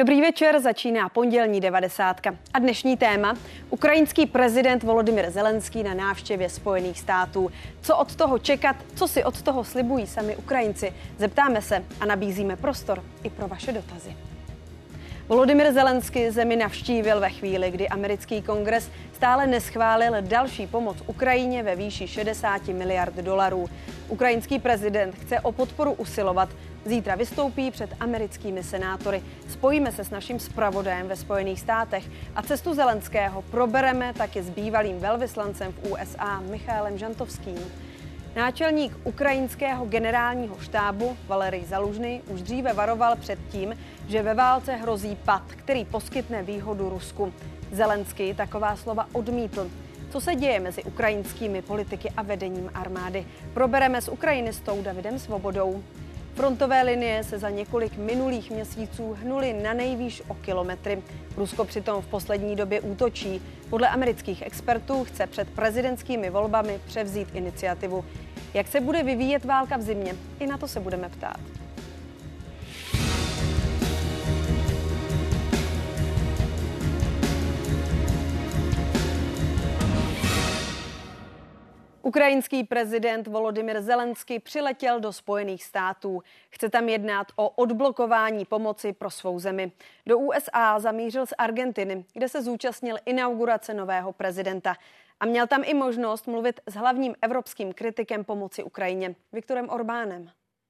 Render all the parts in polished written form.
Dobrý večer, začíná pondělní 90. A dnešní téma: ukrajinský prezident Volodymyr Zelenský na návštěvě Spojených států. Co od toho čekat, co si od toho slibují sami Ukrajinci? Zeptáme se a nabízíme prostor i pro vaše dotazy. Volodymyr Zelenský zemi navštívil ve chvíli, kdy americký kongres stále neschválil další pomoc Ukrajině ve výši 60 miliard dolarů. Ukrajinský prezident chce o podporu usilovat. Zítra vystoupí před americkými senátory. Spojíme se s naším zpravodajem ve Spojených státech a cestu Zelenského probereme taky s bývalým velvyslancem v USA Michailem Žantovským. Náčelník ukrajinského generálního štábu Valerij Zalužný už dříve varoval před tím, že ve válce hrozí pad, který poskytne výhodu Rusku. Zelenský taková slova odmítl. Co se děje mezi ukrajinskými politiky a vedením armády? Probereme s ukrajinistou Davidem Svobodou. Frontové linie se za několik minulých měsíců hnuly na nejvýš o kilometry. Rusko přitom v poslední době útočí. Podle amerických expertů chce před prezidentskými volbami převzít iniciativu. Jak se bude vyvíjet válka v zimě? I na to se budeme ptát. Ukrajinský prezident Volodymyr Zelenský přiletěl do Spojených států. Chce tam jednat o odblokování pomoci pro svou zemi. Do USA zamířil z Argentiny, kde se zúčastnil inaugurace nového prezidenta. A měl tam i možnost mluvit s hlavním evropským kritikem pomoci Ukrajině, Viktorem Orbánem.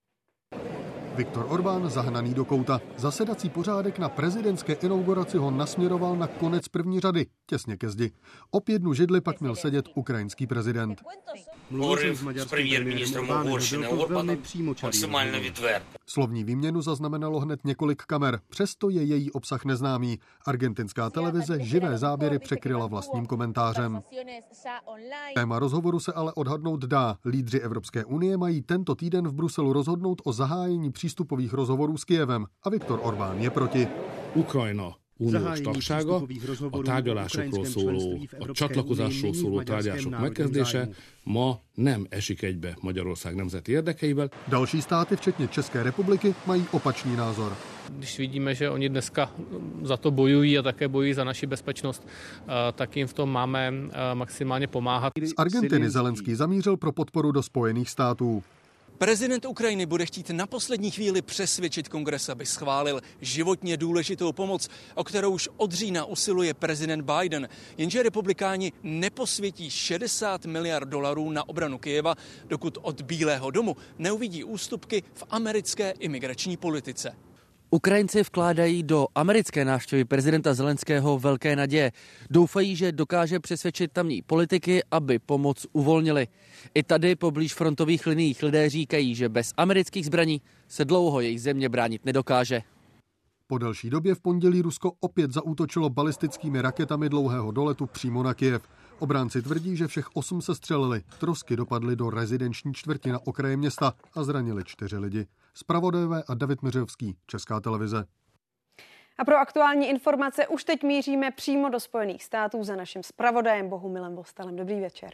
Viktor Orbán, zahnaný do kouta. Zasedací pořádek na prezidentské inauguraci ho nasměroval na konec první řady, těsně ke zdi. O 5 židli pak měl sedět ukrajinský prezident. Mluvil s premiér-ministrem Угорщины Орбаном максимально відверто. Slovní výměnu zaznamenalo hned několik kamer, přesto je její obsah neznámý. Argentinská televize živé záběry překryla vlastním komentářem. Téma rozhovoru se ale odhadnout dá. Lídři Evropské unie mají tento týden v Bruselu rozhodnout o zahájení přístupových rozhovorů s Kyjevem a Viktor Orbán je proti. Ukrajina uniós tagsága, a tárgyalásokról szóló, a csatlakozásról szóló tárgyalások megkezdése ma nem esik egybe Magyarország nemzeti érdekeivel. Další státy, včetně České republiky, mají opačný názor. Když vidíme, že oni dneska za to bojují a také bojují za naši bezpečnost, tak jim v tom máme maximálně pomáhat. Z Argentiny Zelenský zamířil pro podporu do Spojených států. Prezident Ukrajiny bude chtít na poslední chvíli přesvědčit kongres, aby schválil životně důležitou pomoc, o kterou už od října usiluje prezident Biden. Jenže republikáni neposvětí 60 miliard dolarů na obranu Kyjeva, dokud od Bílého domu neuvidí ústupky v americké imigrační politice. Ukrajinci vkládají do americké návštěvy prezidenta Zelenského velké naděje. Doufají, že dokáže přesvědčit tamní politiky, aby pomoc uvolnili. I tady poblíž frontových liniích lidé říkají, že bez amerických zbraní se dlouho jejich země bránit nedokáže. Po delší době v pondělí Rusko opět zaútočilo balistickými raketami dlouhého doletu přímo na Kyjev. Obránci tvrdí, že všech 8 sestřelili. Trosky dopadly do rezidenční čtvrti na okraji města a zranili 4 lidi. Zpravodajové a David Miřovský, Česká televize. A pro aktuální informace už teď míříme přímo do Spojených států za naším zpravodajem Bohumilem Vostalem. Dobrý večer.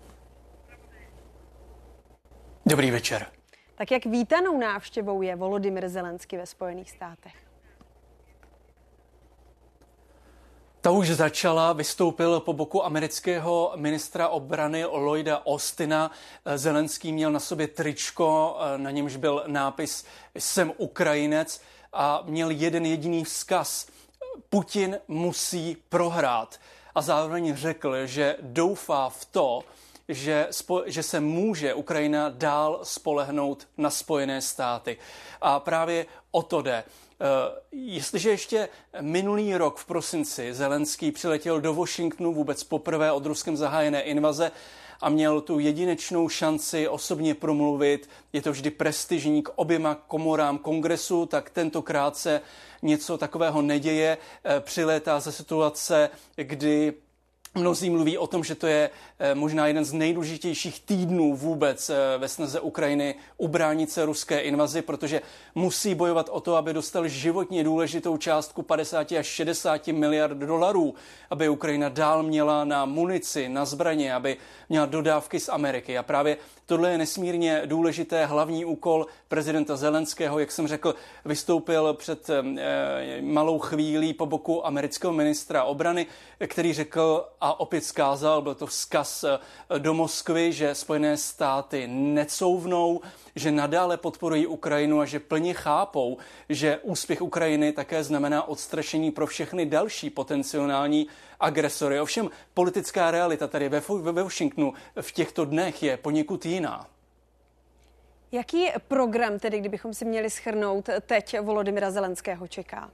Dobrý večer. Tak jak vítanou návštěvou je Volodymyr Zelenský ve Spojených státech? Ta už začala, vystoupil po boku amerického ministra obrany Lloyda Austina. Zelenský měl na sobě tričko, na němž byl nápis "Jsem Ukrajinec" a měl jeden jediný vzkaz: Putin musí prohrát. A zároveň řekl, že doufá v to, že se může Ukrajina dál spolehnout na Spojené státy. A právě o to jde. Jestliže ještě minulý rok v prosinci Zelenský přiletěl do Washingtonu vůbec poprvé od Ruskem zahájené invaze a měl tu jedinečnou šanci osobně promluvit, je to vždy prestižní k oběma komorám kongresu, tak tentokrát se něco takového neděje. Přilétá ze situace, kdy Mnozí mluví o tom, že to je možná jeden z nejdůležitějších týdnů vůbec ve snaze Ukrajiny ubránit se ruské invazi, protože musí bojovat o to, aby dostal životně důležitou částku 50 až 60 miliard dolarů, aby Ukrajina dál měla na munici, na zbraně, aby měla dodávky z Ameriky. A právě tohle je nesmírně důležité, hlavní úkol prezidenta Zelenského. Jak jsem řekl, vystoupil před malou chvílí po boku amerického ministra obrany, který řekl a opět vzkázal, byl to vzkaz do Moskvy, že Spojené státy necouvnou, že nadále podporují Ukrajinu a že plně chápou, že úspěch Ukrajiny také znamená odstrašení pro všechny další potenciální agresory. Ovšem politická realita tady ve Washingtonu v těchto dnech je poněkud jiná. Jaký program tedy, kdybychom si měli shrnout, teď Volodymyra Zelenského čeká?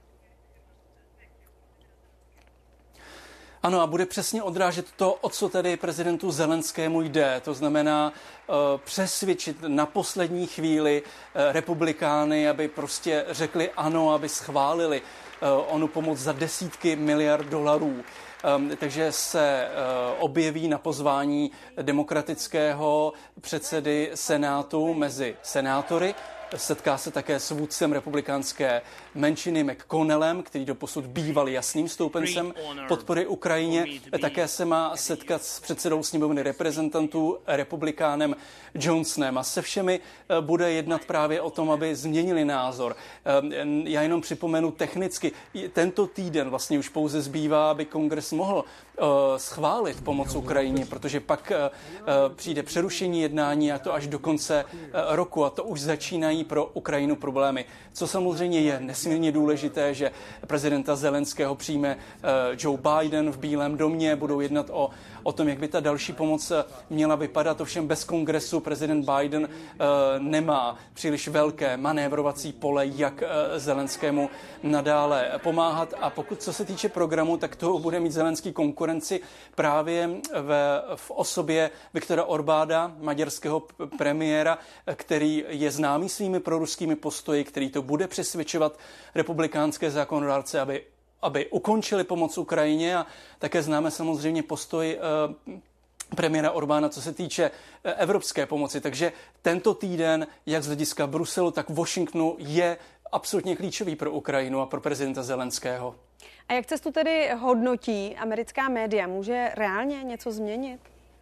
Ano, a bude přesně odrážet to, o co tedy prezidentu Zelenskému jde. To znamená přesvědčit na poslední chvíli republikány, aby prostě řekli ano, aby schválili onu pomoc za desítky miliard dolarů. Takže se objeví na pozvání demokratického předsedy Senátu mezi senátory. Setká se také s vůdcem republikánské menšiny McConnellem, který doposud býval jasným stoupencem podpory Ukrajině. Také se má setkat s předsedou sněmovny reprezentantů republikánem Johnsonem a se všemi bude jednat právě o tom, aby změnili názor. Já jenom připomenu technicky, tento týden vlastně už pouze zbývá, aby kongres mohl schválit pomoc Ukrajině, protože pak přijde přerušení jednání a to až do konce roku a to už začínají pro Ukrajinu problémy. Co samozřejmě je nesmírně důležité, že prezidenta Zelenského přijme Joe Biden v Bílém domě, budou jednat o tom, jak by ta další pomoc měla vypadat. Ovšem bez kongresu prezident Biden nemá příliš velké manévrovací pole, jak Zelenskému nadále pomáhat. A pokud co se týče programu, tak to bude mít Zelenský konkurenci právě v osobě Viktora Orbána, maďarského premiéra, který je známý svými proruskými postoji, který to bude přesvědčovat republikánské zákonodárce, aby ukončili pomoc Ukrajině a také známe samozřejmě postoj premiéra Orbána, co se týče evropské pomoci. Takže tento týden, jak z hlediska Bruselu, tak Washingtonu, je absolutně klíčový pro Ukrajinu a pro prezidenta Zelenského. A jak cestu tedy hodnotí americká média? Může reálně něco změnit?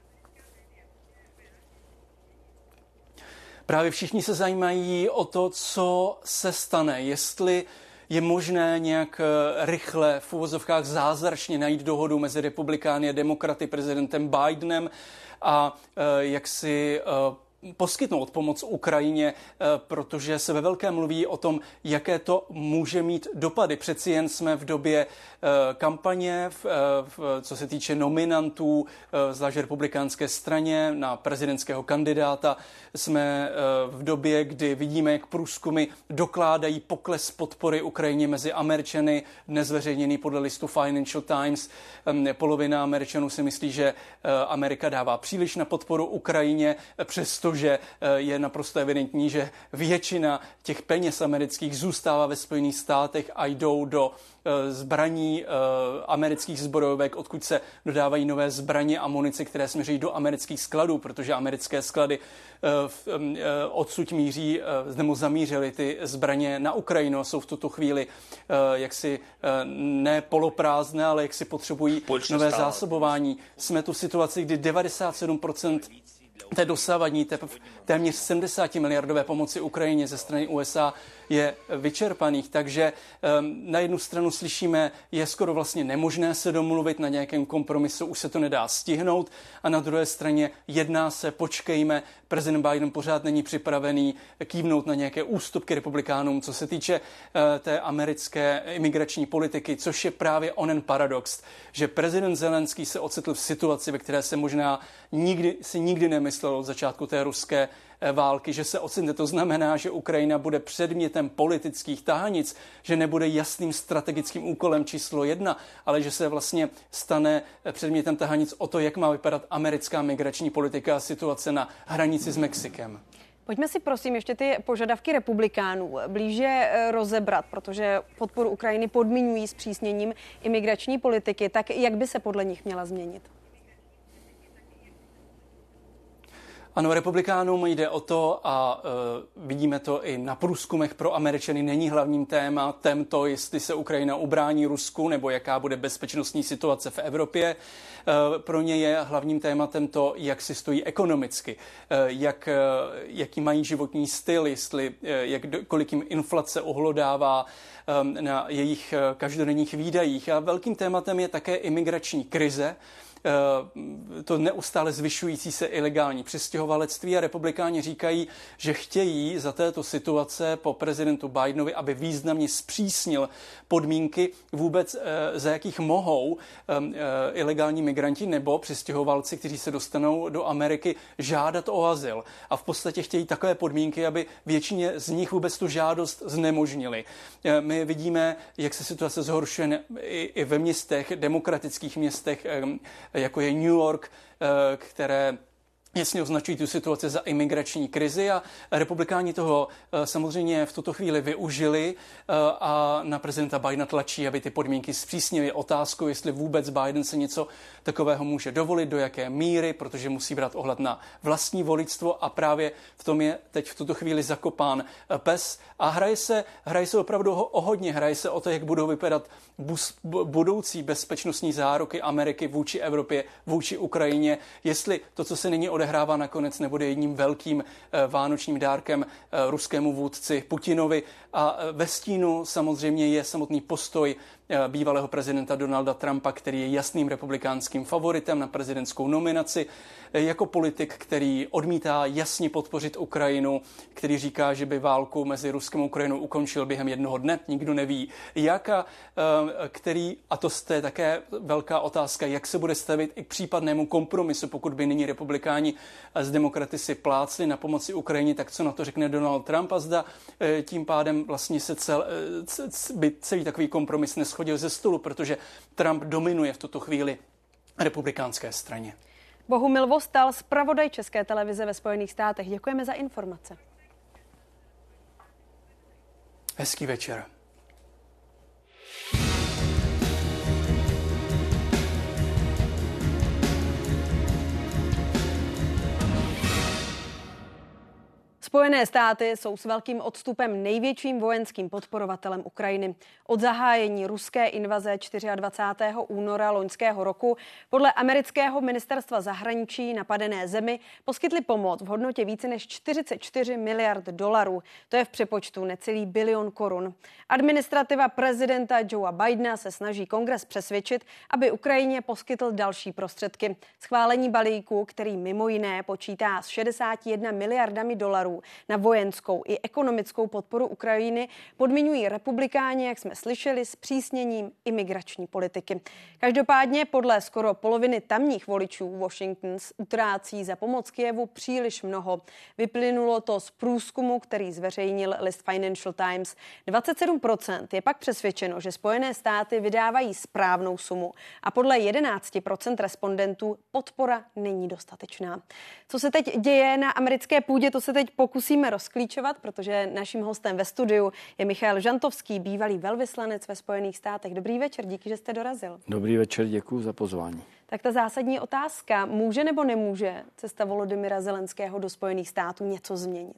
Právě všichni se zajímají o to, co se stane, jestli je možné nějak rychle, v uvozovkách zázračně najít dohodu mezi republikány a demokraty, prezidentem Bidenem a jak si poskytnout pomoc Ukrajině, protože se ve velkém mluví o tom, jaké to může mít dopady. Přeci jen jsme v době kampaně, co se týče nominantů, zvlášť republikánské straně na prezidentského kandidáta. Jsme v době, kdy vidíme, jak průzkumy dokládají pokles podpory Ukrajině mezi Američany, dnes zveřejněný podle listu Financial Times. Polovina Američanů si myslí, že Amerika dává příliš na podporu Ukrajině, přestože je naprosto evidentní, že většina těch peněz amerických zůstává ve Spojených státech a jdou do zbraní amerických zbrojovek, odkud se dodávají nové zbraně a munice, které směřují do amerických skladů, protože americké sklady odsud míří, nebo zamířily ty zbraně na Ukrajinu, jsou v tuto chvíli jaksi ne poloprázdné, ale jaksi potřebují nové zásobování. Jsme tu v situaci, kdy 97% té dosávadní téměř 70 miliardové pomoci Ukrajině ze strany USA je vyčerpaných. Takže na jednu stranu slyšíme, je skoro vlastně nemožné se domluvit na nějakém kompromisu, už se to nedá stihnout a na druhé straně jedná se, počkejme, prezident Biden pořád není připravený kývnout na nějaké ústupky republikánům, co se týče té americké imigrační politiky, což je právě onen paradox, že prezident Zelenský se ocitl v situaci, ve které se možná nikdy nemyslel od začátku té ruské války, že se ocitne. To znamená, že Ukrajina bude předmětem politických tahanic, že nebude jasným strategickým úkolem číslo 1, ale že se vlastně stane předmětem tahanic o to, jak má vypadat americká migrační politika a situace na hranici s Mexikem. Pojďme si prosím ještě ty požadavky republikánů blíže rozebrat, protože podporu Ukrajiny podmiňují zpřísněním imigrační politiky. Tak jak by se podle nich měla změnit? Ano, republikánům jde o to a vidíme to i na průzkumech, pro Američany není hlavním tématem to, jestli se Ukrajina ubrání Rusku nebo jaká bude bezpečnostní situace v Evropě. Pro ně je hlavním tématem to, jak si stojí ekonomicky, jaký mají životní styl, kolik jim inflace ohlodává na jejich každodenních výdajích. A velkým tématem je také imigrační krize, to neustále zvyšující se ilegální přistěhovalectví a republikáni říkají, že chtějí za této situace po prezidentu Bidenovi, aby významně zpřísnil podmínky vůbec, za jakých mohou ilegální migranti nebo přistěhovalci, kteří se dostanou do Ameriky, žádat o azyl. A v podstatě chtějí takové podmínky, aby většině z nich vůbec tu žádost znemožnili. My vidíme, jak se situace zhoršuje i ve městech, demokratických městech, jako je New York, které jasně označují tu situaci za imigrační krizi a republikáni toho samozřejmě v tuto chvíli využili a na prezidenta Bidena tlačí, aby ty podmínky zpřísnili. Otázku, jestli vůbec Biden se něco takového může dovolit, do jaké míry, protože musí brát ohled na vlastní voličstvo a právě v tom je teď v tuto chvíli zakopán pes a hraje se opravdu o hodně, hraje se o to, jak budou vypadat budoucí bezpečnostní záruky Ameriky vůči Evropě, vůči Ukrajině, jestli to, co se nyní odehrává, nakonec nebude jedním velkým vánočním dárkem ruskému vůdci Putinovi. A ve stínu samozřejmě je samotný postoj bývalého prezidenta Donalda Trumpa, který je jasným republikánským favoritem na prezidentskou nominaci, jako politik, který odmítá jasně podpořit Ukrajinu, který říká, že by válku mezi Ruskem a Ukrajinou ukončil během jednoho dne, nikdo neví jak, a to je také velká otázka, jak se bude stavit i k případnému kompromisu, pokud by nyní republikáni s demokraty si plácli na pomoci Ukrajině, tak co na to řekne Donald Trump a zda tím pádem vlastně se celý takový kompromis neschodil ze stolu, protože Trump dominuje v tuto chvíli republikánské straně. Bohumil Vostal, zpravodaj České televize ve Spojených státech. Děkujeme za informace. Hezký večer. Spojené státy jsou s velkým odstupem největším vojenským podporovatelem Ukrajiny. Od zahájení ruské invaze 24. února loňského roku podle amerického ministerstva zahraničí napadené zemi poskytli pomoc v hodnotě více než 44 miliard dolarů. To je v přepočtu necelý bilion korun. Administrativa prezidenta Joea Bidena se snaží Kongres přesvědčit, aby Ukrajině poskytl další prostředky. Schválení balíku, který mimo jiné počítá s 61 miliardami dolarů na vojenskou i ekonomickou podporu Ukrajiny, podmiňují republikáni, jak jsme slyšeli, zpřísněním imigrační politiky. Každopádně podle skoro poloviny tamních voličů Washington utrácí za pomoc Kyjevu příliš mnoho. Vyplynulo to z průzkumu, který zveřejnil list Financial Times. 27% je pak přesvědčeno, že Spojené státy vydávají správnou sumu a podle 11% respondentů podpora není dostatečná. Co se teď děje na americké půdě, to se teď pokusíme rozklíčovat, protože naším hostem ve studiu je Michael Žantovský, bývalý velvyslanec ve Spojených státech. Dobrý večer, díky, že jste dorazil. Dobrý večer, děkuji za pozvání. Tak ta zásadní otázka, může nebo nemůže cesta Volodymyra Zelenského do Spojených států něco změnit?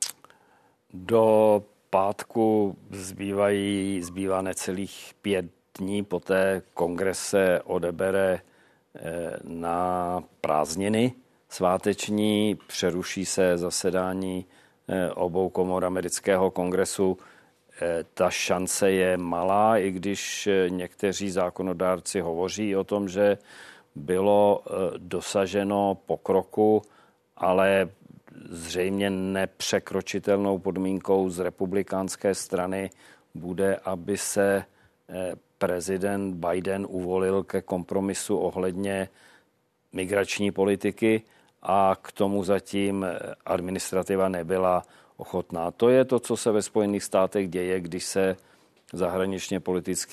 Do pátku zbývá necelých 5 dní, poté kongres se odebere na prázdniny sváteční, přeruší se zasedání obou komor amerického kongresu. Ta šance je malá, i když někteří zákonodárci hovoří o tom, že bylo dosaženo pokroku, ale zřejmě nepřekročitelnou podmínkou z republikánské strany bude, aby se prezident Biden uvolil ke kompromisu ohledně migrační politiky a k tomu zatím administrativa nebyla ochotná. To je to, co se ve Spojených státech děje, když se zahraničně politický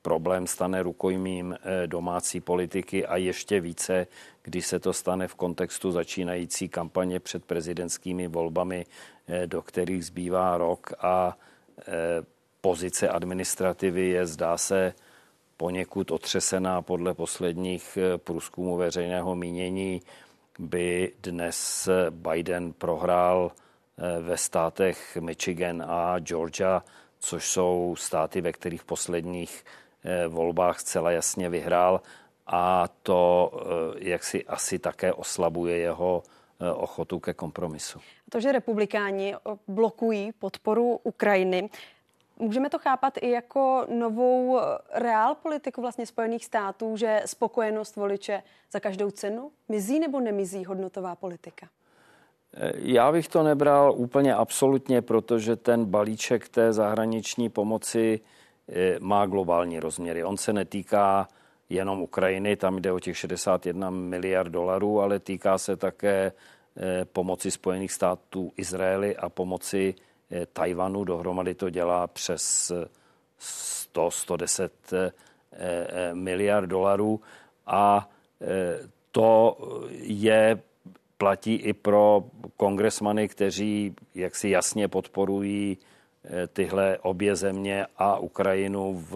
problém stane rukojmím domácí politiky a ještě více, když se to stane v kontextu začínající kampaně před prezidentskými volbami, do kterých zbývá rok a pozice administrativy je, zdá se, poněkud otřesená. Podle posledních průzkumů veřejného mínění by dnes Biden prohrál ve státech Michigan a Georgia, což jsou státy, ve kterých v posledních volbách zcela jasně vyhrál, a to jaksi asi také oslabuje jeho ochotu ke kompromisu. To, že republikáni blokují podporu Ukrajiny, můžeme to chápat i jako novou realpolitiku vlastně Spojených států, že spokojenost voliče za každou cenu mizí nebo nemizí hodnotová politika? Já bych to nebral úplně absolutně, protože ten balíček té zahraniční pomoci má globální rozměry. On se netýká jenom Ukrajiny, tam jde o těch 61 miliard dolarů, ale týká se také pomoci Spojených států Izraeli a pomoci Tajvanu. Dohromady to dělá přes 110 miliard dolarů a to platí i pro kongresmany, kteří jaksi jasně podporují tyhle obě země a Ukrajinu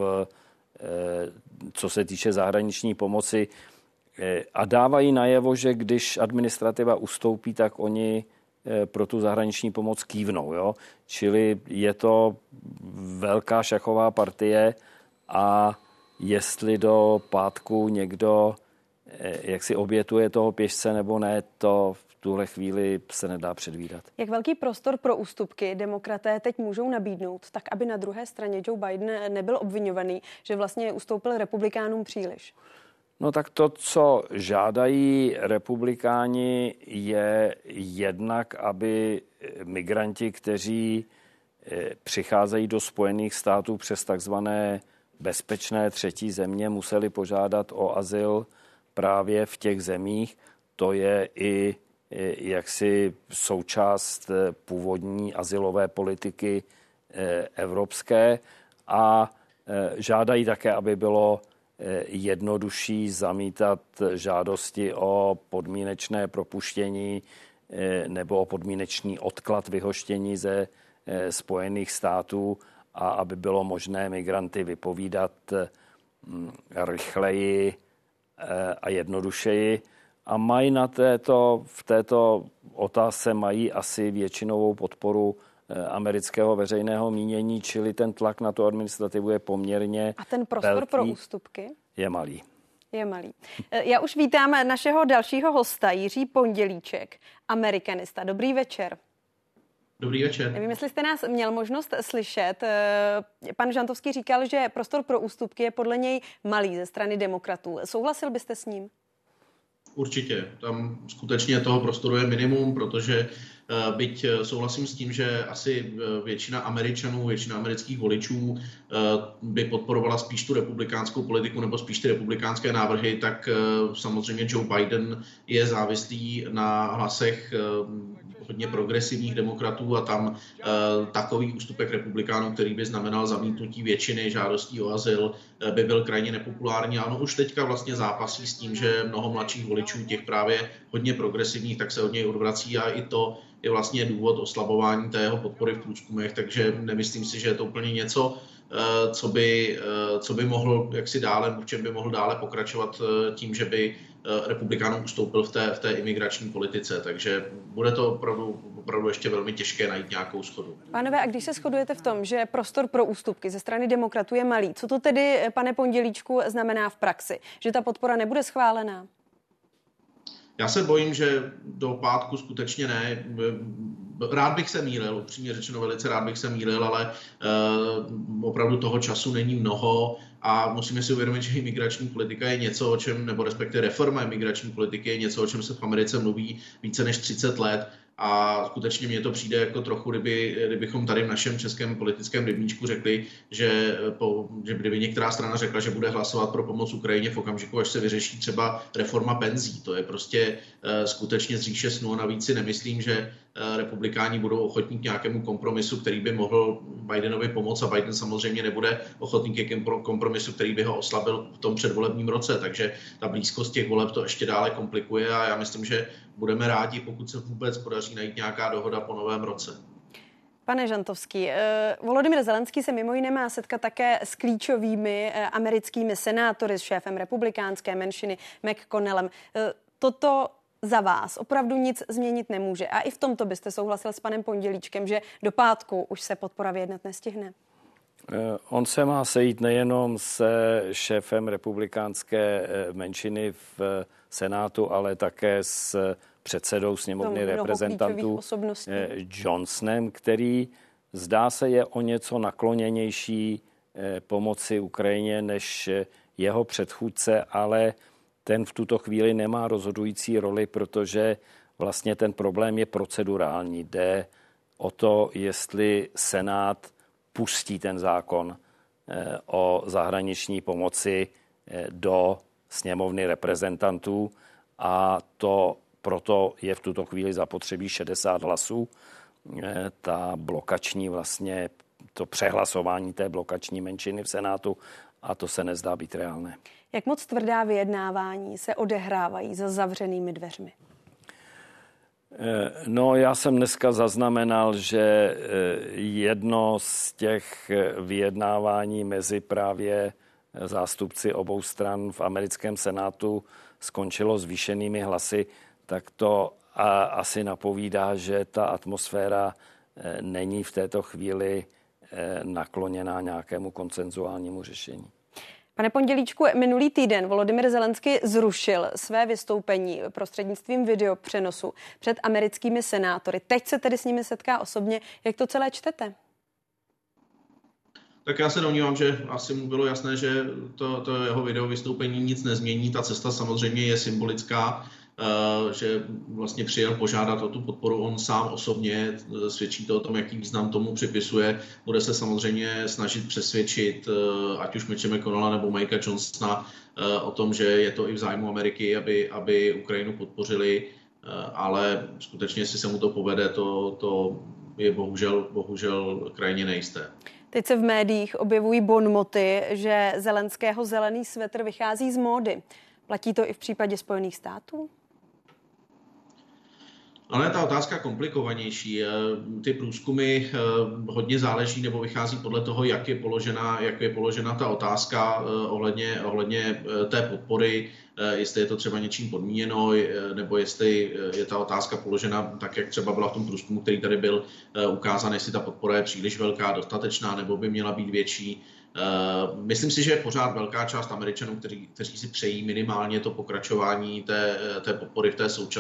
co se týče zahraniční pomoci, a dávají najevo, že když administrativa ustoupí, tak oni pro tu zahraniční pomoc kývnou. Jo? Čili je to velká šachová partie a jestli do pátku někdo jak si obětuje toho pěšce nebo ne, to v tuhle chvíli se nedá předvídat. Jak velký prostor pro ústupky demokraté teď můžou nabídnout, tak aby na druhé straně Joe Biden nebyl obviňovaný, že vlastně ustoupil republikánům příliš? No tak to, co žádají republikáni, je jednak, aby migranti, kteří přicházejí do Spojených států přes takzvané bezpečné třetí země, museli požádat o azyl právě v těch zemích. To je i jaksi součást původní azylové politiky evropské a žádají také, aby bylo jednodušší zamítat žádosti o podmínečné propuštění nebo o podmínečný odklad vyhoštění ze Spojených států a aby bylo možné migranty vypovídat rychleji a jednodušeji. A mají v této otázce mají asi většinovou podporu amerického veřejného mínění, čili ten tlak na tu administrativu je poměrně a ten prostor velký, pro ústupky? Je malý. Je malý. Já už vítám našeho dalšího hosta, Jiří Pondělíček, amerikanista. Dobrý večer. Dobrý večer. Nevím, jestli jste nás měl možnost slyšet. Pan Žantovský říkal, že prostor pro ústupky je podle něj malý ze strany demokratů. Souhlasil byste s ním? Určitě. Tam skutečně toho prostoru je minimum, protože byť souhlasím s tím, že asi většina Američanů, většina amerických voličů by podporovala spíš tu republikánskou politiku nebo spíš ty republikánské návrhy, tak samozřejmě Joe Biden je závislý na hlasech hodně progresivních demokratů a tam takový ústupek republikánů, který by znamenal zamítnutí většiny žádostí o azyl, by byl krajně nepopulární. A ono už teďka vlastně zápasí s tím, že mnoho mladších voličů, těch právě hodně progresivních, tak se od něj odvrací a i to je vlastně důvod oslabování té jeho podpory v průzkumech, takže nemyslím si, že je to úplně něco, co by mohl jaksi dále, v čem by mohl dále pokračovat tím, že by republikánům ustoupil v té imigrační politice, takže bude to opravdu ještě velmi těžké najít nějakou shodu. Pánové, a když se shodujete v tom, že prostor pro ústupky ze strany demokratů je malý, co to tedy, pane Pondělíčku, znamená v praxi? Že ta podpora nebude schválená? Já se bojím, že do pátku skutečně ne. Rád bych se mýlil, upřímně řečeno velice rád bych se mýlil, ale opravdu toho času není mnoho a musíme si uvědomit, že imigrační politika je něco, o čem, nebo respektive reforma imigrační politiky je něco, o čem se v Americe mluví více než 30 let. A skutečně mně to přijde jako trochu, kdybychom tady v našem českém politickém rybníčku řekli, že kdyby některá strana řekla, že bude hlasovat pro pomoc Ukrajině v okamžiku, až se vyřeší třeba reforma penzí. To je prostě skutečně z říše snů. Navíc si nemyslím, že republikáni budou ochotní k nějakému kompromisu, který by mohl Bidenovi pomoct a Biden samozřejmě nebude ochotný ke kompromisu kompromisu, který by ho oslabil v tom předvolebním roce. Takže ta blízkost těch voleb to ještě dále komplikuje a já myslím, že budeme rádi, pokud se vůbec podaří najít nějaká dohoda po novém roce. Pane Žantovský, Volodymyr Zelenský se mimo jiné má setkat také s klíčovými americkými senátory, s šéfem republikánské menšiny McConnellem. Toto za vás opravdu nic změnit nemůže. A i v tomto byste souhlasil s panem Pondělíčkem, že do pátku už se podpora vyjednat nestihne? On se má sejít nejenom se šéfem republikánské menšiny v Senátu, ale také s předsedou sněmovny reprezentantů Johnsonem, který zdá se je o něco nakloněnější pomoci Ukrajině než jeho předchůdce, ale ten v tuto chvíli nemá rozhodující roli, protože vlastně ten problém je procedurální. Jde o to, jestli Senát pustí ten zákon o zahraniční pomoci do sněmovny reprezentantů a to proto je v tuto chvíli zapotřebí 60 hlasů. Ta blokační vlastně, to přehlasování té blokační menšiny v Senátu a to se nezdá být reálné. Jak moc tvrdá vyjednávání se odehrávají za zavřenými dveřmi? No, já jsem dneska zaznamenal, že jedno z těch vyjednávání mezi právě zástupci obou stran v americkém Senátu skončilo zvýšenými hlasy, tak to asi napovídá, že ta atmosféra není v této chvíli nakloněná nějakému konsenzuálnímu řešení. Pane Pondělíčku, minulý týden Volodymyr Zelenský zrušil své vystoupení prostřednictvím videopřenosu před americkými senátory. Teď se tedy s nimi setká osobně. Jak to celé čtete? Tak já se domnívám, že asi mu bylo jasné, že to jeho video vystoupení nic nezmění. Ta cesta samozřejmě je symbolická, že vlastně přijel požádat o tu podporu on sám osobně, svědčí to o tom, jaký význam tomu připisuje. Bude se samozřejmě snažit přesvědčit ať už Mitche McConnella nebo Mikea Johnsona o tom, že je to i v zájmu Ameriky, aby Ukrajinu podpořili, ale skutečně, jestli se mu to povede, to je bohužel krajně nejisté. Teď se v médiích objevují bonmoty, že Zelenského zelený svetr vychází z módy. Platí to i v případě Spojených států? Ale je ta otázka komplikovanější. Ty průzkumy hodně záleží nebo vychází podle toho, jak je položena ta otázka ohledně té podpory, jestli je to třeba něčím podmíněno, nebo jestli je ta otázka položena tak, jak třeba byla v tom průzkumu, který tady byl ukázán, jestli ta podpora je příliš velká, dostatečná, nebo by měla být větší. Myslím si, že je pořád velká část Američanů, kteří si přejí minimálně to pokračování té podpory v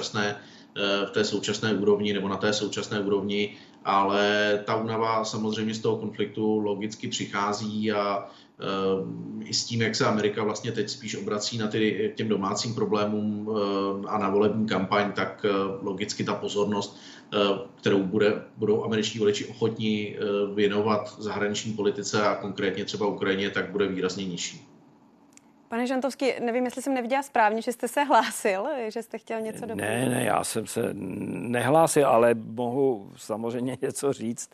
té současné úrovni nebo na té současné úrovni, ale ta únava samozřejmě z toho konfliktu logicky přichází a i s tím, jak se Amerika vlastně teď spíš obrací na těm domácím problémům a na volební kampaň, tak logicky ta pozornost, kterou budou američtí voliči ochotní věnovat zahraniční politice a konkrétně třeba Ukrajině, tak bude výrazně nižší. Pane Žantovský, nevím, jestli jsem neviděla správně, že jste se hlásil, že jste chtěl něco doplnit. Ne, já jsem se nehlásil, ale mohu samozřejmě něco říct.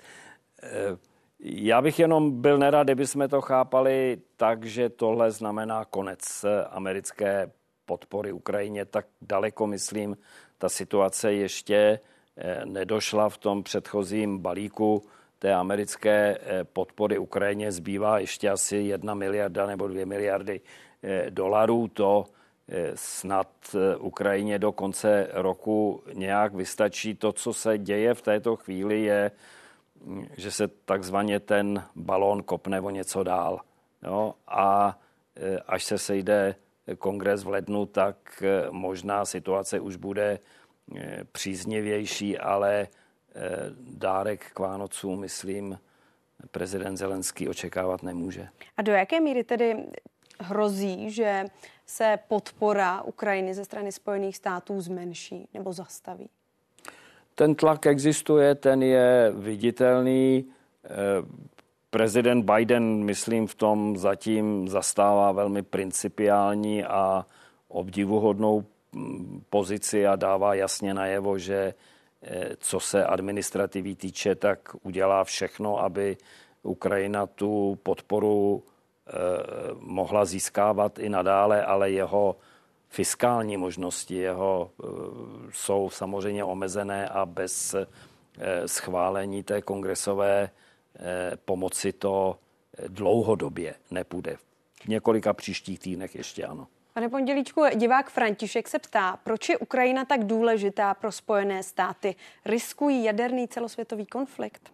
Já bych jenom byl nerad, kdybychom to chápali tak, že tohle znamená konec americké podpory Ukrajině. Tak daleko, myslím, ta situace ještě nedošla. V tom předchozím balíku té americké podpory Ukrajině zbývá ještě asi 1 miliarda nebo 2 miliardy dolarů. To snad Ukrajině do konce roku nějak vystačí. To, co se děje v této chvíli, je, že se takzvaně ten balón kopne o něco dál. Jo? A až se sejde kongres v lednu, tak možná situace už bude příznivější, ale dárek k Vánocům, myslím, prezident Zelenský očekávat nemůže. A do jaké míry tedy hrozí, že se podpora Ukrajiny ze strany Spojených států zmenší nebo zastaví? Ten tlak existuje, ten je viditelný. Prezident Biden, myslím, v tom zatím zastává velmi principiální a obdivuhodnou pozici a dává jasně najevo, že co se administrativy týče, tak udělá všechno, aby Ukrajina tu podporu mohla získávat i nadále, ale jeho fiskální možnosti jsou samozřejmě omezené a bez schválení té kongresové pomoci to dlouhodobě nepůjde. V několika příštích týdnech ještě ano. Pane Pondělíčku, divák František se ptá, proč je Ukrajina tak důležitá pro Spojené státy? Riskují jaderný celosvětový konflikt?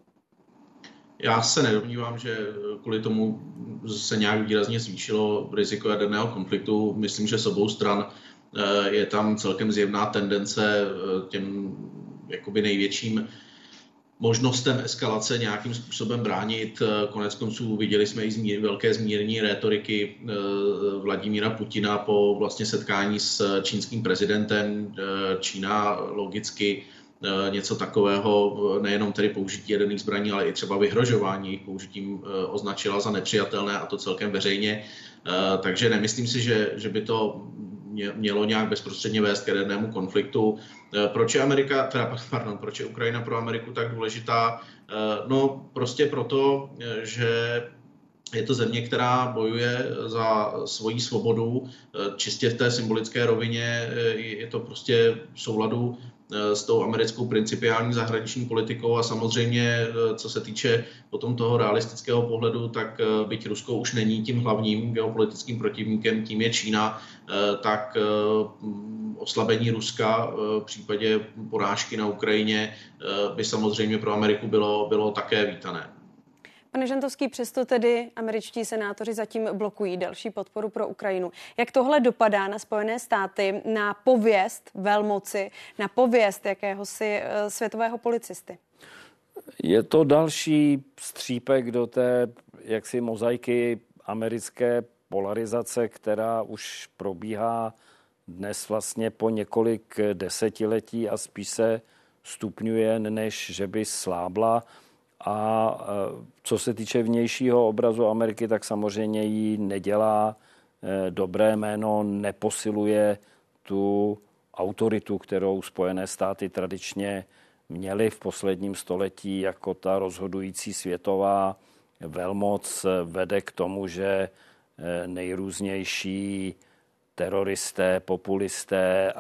Já se nedomnívám, že kvůli tomu se nějak výrazně zvýšilo riziko jaderného konfliktu. Myslím, že s obou stran je tam celkem zjevná tendence těm jakoby největším možnostem eskalace nějakým způsobem bránit. Konec konců viděli jsme i velké zmírnění rétoriky Vladimíra Putina po vlastně setkání s čínským prezidentem. Čína logicky něco takového, nejenom tedy použití jaderných zbraní, ale i třeba vyhrožování jejich použitím označila za nepřijatelné, a to celkem veřejně. Takže nemyslím si, že by to mělo nějak bezprostředně vést k jadernému konfliktu. Proč je Ukrajina pro Ameriku tak důležitá? No prostě proto, že je to země, která bojuje za svoji svobodu. Čistě v té symbolické rovině je to prostě v souladu s tou americkou principiální zahraniční politikou a samozřejmě, co se týče potom toho realistického pohledu, tak byť Rusko už není tím hlavním geopolitickým protivníkem, tím je Čína, tak oslabení Ruska v případě porážky na Ukrajině by samozřejmě pro Ameriku bylo také vítané. Pane Žantovský, přesto tedy američtí senátoři zatím blokují další podporu pro Ukrajinu. Jak tohle dopadá na Spojené státy, na pověst velmoci, na pověst jakéhosi světového policisty? Je to další střípek do té jaksi mozaiky americké polarizace, která už probíhá dnes vlastně po několik desetiletí a spíš se stupňuje, než že by slábla. A co se týče vnějšího obrazu Ameriky, tak samozřejmě jí nedělá dobré jméno, neposiluje tu autoritu, kterou Spojené státy tradičně měly v posledním století jako ta rozhodující světová velmoc. Vede k tomu, že nejrůznější teroristé, populisté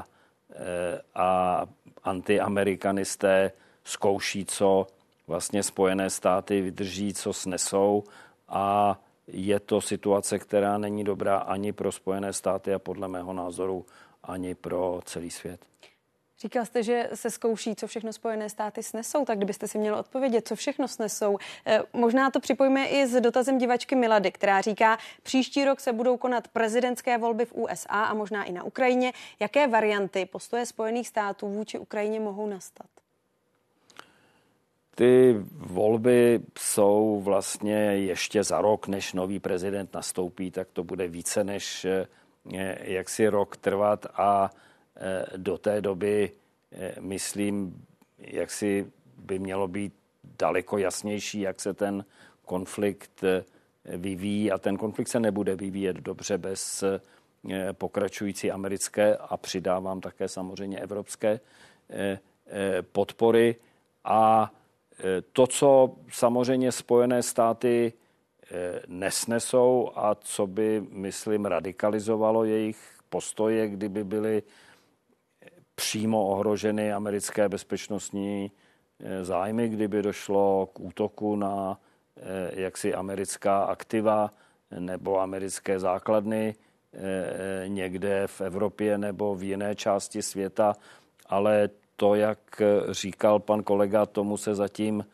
a antiamerikanisté zkouší, co vlastně Spojené státy vydrží, co snesou, a je to situace, která není dobrá ani pro Spojené státy a podle mého názoru ani pro celý svět. Říkal jste, že se zkouší, co všechno Spojené státy snesou, tak kdybyste si měl odpovědět, co všechno snesou. Možná to připojíme i s dotazem divačky Milady, která říká, příští rok se budou konat prezidentské volby v USA a možná i na Ukrajině. Jaké varianty postoje Spojených států vůči Ukrajině mohou nastat? Ty volby jsou vlastně ještě za rok, než nový prezident nastoupí, tak to bude více než jaksi rok trvat a do té doby, myslím, jaksi by mělo být daleko jasnější, jak se ten konflikt vyvíjí, a ten konflikt se nebude vyvíjet dobře bez pokračující americké a přidávám také samozřejmě evropské podpory. A to, co samozřejmě Spojené státy nesnesou a co by, myslím, radikalizovalo jejich postoje, kdyby byly přímo ohroženy americké bezpečnostní zájmy, kdyby došlo k útoku na jaksi americká aktiva nebo americké základny někde v Evropě nebo v jiné části světa, ale to, jak říkal pan kolega, tomu se zatím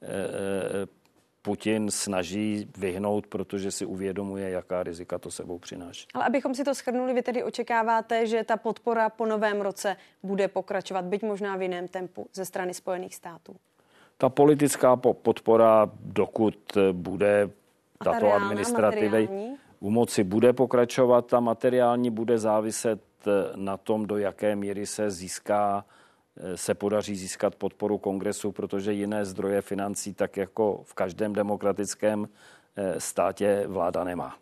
Putin snaží vyhnout, protože si uvědomuje, jaká rizika to sebou přináší. Ale abychom si to shrnuli, vy tedy očekáváte, že ta podpora po novém roce bude pokračovat, byť možná v jiném tempu ze strany Spojených států? Ta politická podpora, dokud bude tato administrativa u moci, bude pokračovat. Ta materiální bude záviset na tom, do jaké míry se podaří získat podporu kongresu, protože jiné zdroje financí, tak jako v každém demokratickém státě, vláda nemá.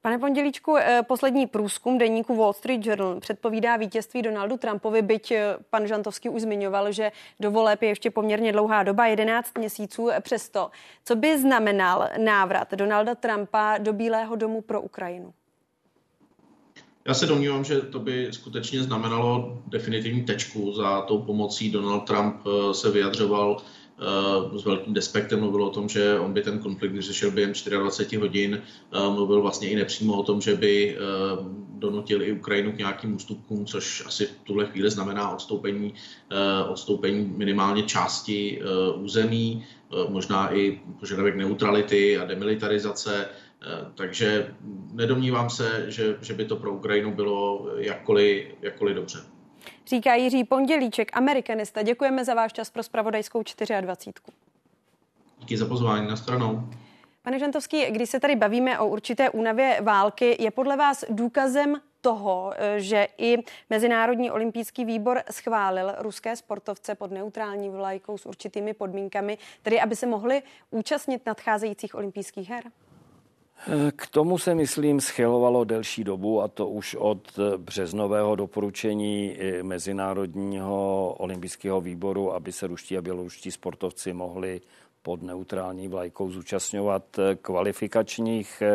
Pane Pondělíčku, poslední průzkum deníku Wall Street Journal předpovídá vítězství Donaldu Trumpovi, byť pan Žantovský už zmiňoval, že do voleb je ještě poměrně dlouhá doba, 11 měsíců přesto. Co by znamenal návrat Donalda Trumpa do Bílého domu pro Ukrajinu? Já se domnívám, že to by skutečně znamenalo definitivní tečku za tou pomocí. Donald Trump se vyjadřoval s velkým despektem, mluvil o tom, že on by ten konflikt vyřešil během 24 hodin. Mluvil vlastně i nepřímo o tom, že by donutil i Ukrajinu k nějakým ústupkům, což asi v tuhle chvíli znamená odstoupení minimálně části území, možná i požadavek neutrality a demilitarizace. Takže nedomnívám se, že by to pro Ukrajinu bylo jakkoliv dobře. Říká Jiří Pondělíček, amerikanista. Děkujeme za váš čas pro zpravodajskou 24. Díky za pozvání, na stranou. Pane Žantovský, když se tady bavíme o určité únavě války, je podle vás důkazem toho, že i Mezinárodní olympijský výbor schválil ruské sportovce pod neutrální vlajkou s určitými podmínkami, tedy aby se mohli účastnit nadcházejících olympijských her? K tomu se, myslím, schylovalo delší dobu, a to už od březnového doporučení Mezinárodního olympijského výboru, aby se ruští a běloruští sportovci mohli pod neutrální vlajkou zúčastňovat kvalifikačních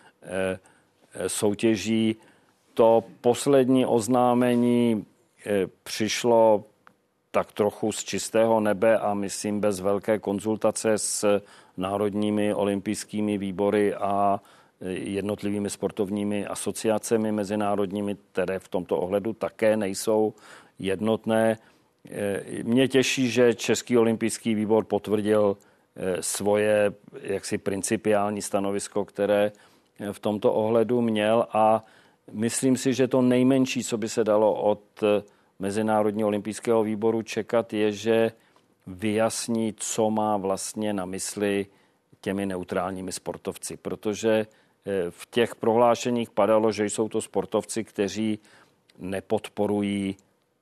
soutěží. To poslední oznámení přišlo tak trochu z čistého nebe a myslím bez velké konzultace s národními olympijskými výbory a jednotlivými sportovními asociacemi mezinárodními, které v tomto ohledu také nejsou jednotné. Mě těší, že Český olympijský výbor potvrdil svoje jaksi principiální stanovisko, které v tomto ohledu měl, a myslím si, že to nejmenší, co by se dalo od Mezinárodního olympijského výboru čekat, je, že vyjasní, co má vlastně na mysli těmi neutrálními sportovci. Protože v těch prohlášeních padalo, že jsou to sportovci, kteří nepodporují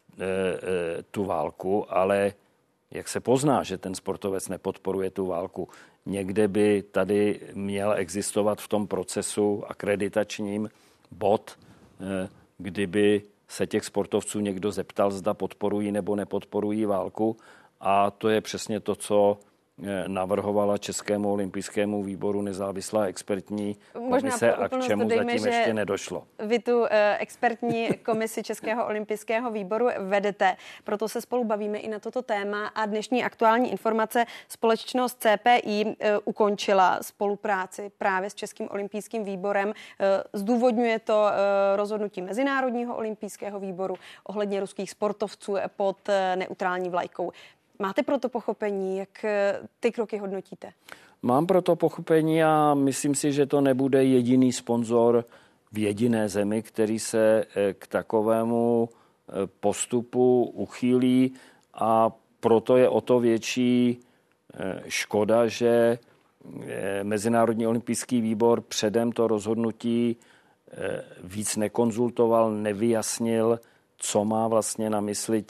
tu válku, ale jak se pozná, že ten sportovec nepodporuje tu válku? Někde by tady měl existovat v tom procesu akreditačním bod, kdyby se těch sportovců někdo zeptal, zda podporují nebo nepodporují válku. A to je přesně to, co navrhovala Českému olympijskému výboru nezávislá expertní komise a k čemu zatím ještě nedošlo. Vy tu expertní komisi Českého olympijského výboru vedete, proto se spolu bavíme i na toto téma a dnešní aktuální informace: společnost CPI ukončila spolupráci právě s Českým olympijským výborem. Zdůvodňuje to rozhodnutí Mezinárodního olympijského výboru ohledně ruských sportovců pod neutrální vlajkou. Máte proto pochopení, jak ty kroky hodnotíte? Mám proto pochopení a myslím si, že to nebude jediný sponzor v jediné zemi, který se k takovému postupu uchýlí, a proto je o to větší škoda, že Mezinárodní olympijský výbor předem to rozhodnutí víc nekonzultoval, nevyjasnil, co má vlastně na mysli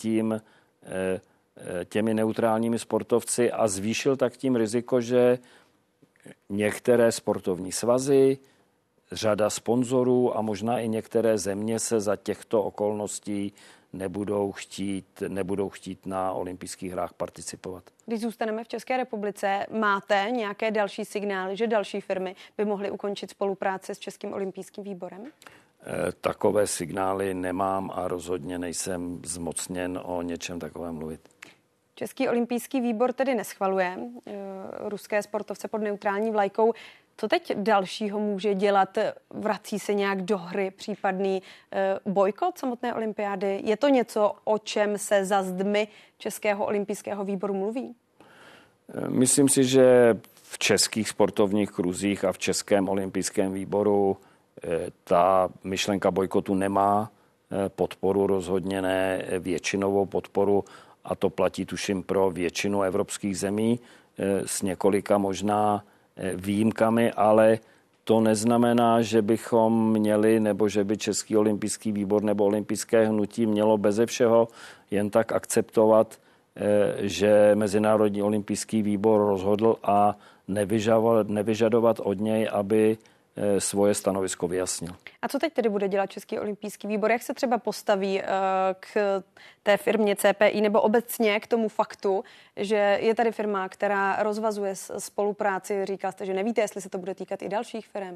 těmi neutrálními sportovci, a zvýšil tak tím riziko, že některé sportovní svazy, řada sponzorů a možná i některé země se za těchto okolností nebudou chtít na olympijských hrách participovat. Když zůstaneme v České republice, máte nějaké další signály, že další firmy by mohly ukončit spolupráci s Českým olympijským výborem? Takové signály nemám a rozhodně nejsem zmocněn o něčem takovém mluvit. Český olympijský výbor tedy neschvaluje ruské sportovce pod neutrální vlajkou. Co teď dalšího může dělat? Vrací se nějak do hry případný bojkot samotné olympiády? Je to něco, o čem se za zdmi Českého olympijského výboru mluví? Myslím si, že v českých sportovních kruzích a v Českém olympijském výboru ta myšlenka bojkotu nemá podporu, rozhodně ne většinovou podporu, a to platí tuším pro většinu evropských zemí s několika možná výjimkami, ale to neznamená, že bychom měli, nebo že by Český olympijský výbor nebo olympijské hnutí mělo beze všeho jen tak akceptovat, že Mezinárodní olympijský výbor rozhodl, a nevyžadovat od něj, aby svoje stanovisko vyjasnil. A co teď tedy bude dělat Český olympijský výbor? Jak se třeba postaví k té firmě CPI nebo obecně k tomu faktu, že je tady firma, která rozvazuje spolupráci? Říkal jste, že nevíte, jestli se to bude týkat i dalších firm.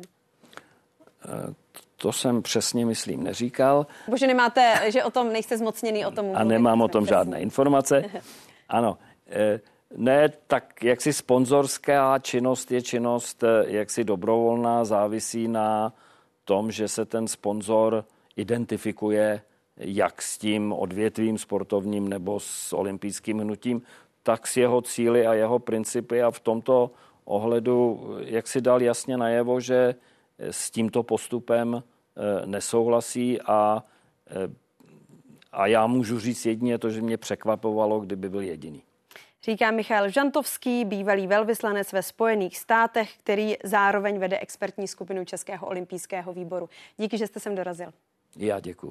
To jsem přesně, myslím, neříkal. Bože, nemáte, že o tom nejste zmocněný o tom mluvit. A nemám o tom žádné informace. Ano, ne, tak jaksi sponzorská činnost je činnost jaksi dobrovolná, závisí na tom, že se ten sponzor identifikuje jak s tím odvětvím sportovním nebo s olympijským hnutím, tak s jeho cíli a jeho principy a v tomto ohledu jak si dal jasně najevo, že s tímto postupem nesouhlasí a já můžu říct jedině to, že mě překvapovalo, kdyby byl jediný. Říká Michal Žantovský, bývalý velvyslanec ve Spojených státech, který zároveň vede expertní skupinu Českého olympijského výboru. Díky, že jste sem dorazil. Já děkuju.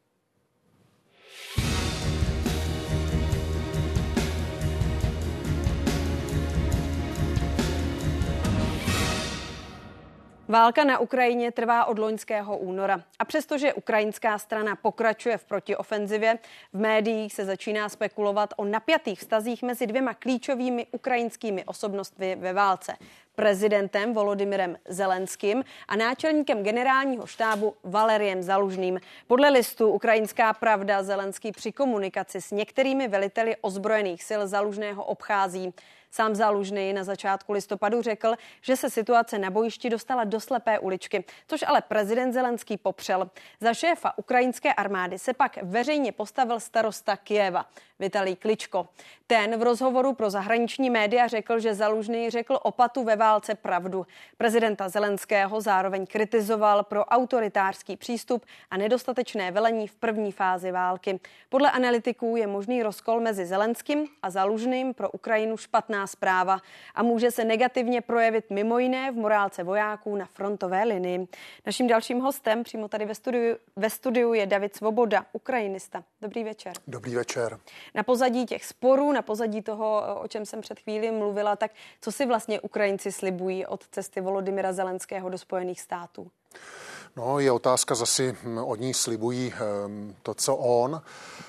Válka na Ukrajině trvá od loňského února. A přestože ukrajinská strana pokračuje v protiofenzivě, v médiích se začíná spekulovat o napjatých vztazích mezi dvěma klíčovými ukrajinskými osobnostmi ve válce. Prezidentem Volodymyrem Zelenským a náčelníkem generálního štábu Valeriem Zalužným. Podle listu Ukrajinská pravda Zelenský při komunikaci s některými veliteli ozbrojených sil Zalužného obchází. Sám Zalužný na začátku listopadu řekl, že se situace na bojišti dostala do slepé uličky, což ale prezident Zelenský popřel. Za šéfa ukrajinské armády se pak veřejně postavil starosta Kyjeva, Vitalij Kličko. Ten v rozhovoru pro zahraniční média řekl, že Zalužný řekl o patu ve válce pravdu. Prezidenta Zelenského zároveň kritizoval pro autoritářský přístup a nedostatečné velení v první fázi války. Podle analytiků je možný rozkol mezi Zelenským a Zalužným pro Ukrajinu špatná zpráva a může se negativně projevit mimo jiné v morálce vojáků na frontové linii. Naším dalším hostem přímo tady ve studiu je David Svoboda, ukrajinista. Dobrý večer. Dobrý večer. Na pozadí těch sporů, na pozadí toho, o čem jsem před chvílí mluvila, tak co si vlastně Ukrajinci slibují od cesty Volodymyra Zelenského do Spojených států? No, je otázka, zase od ní slibují to, co on,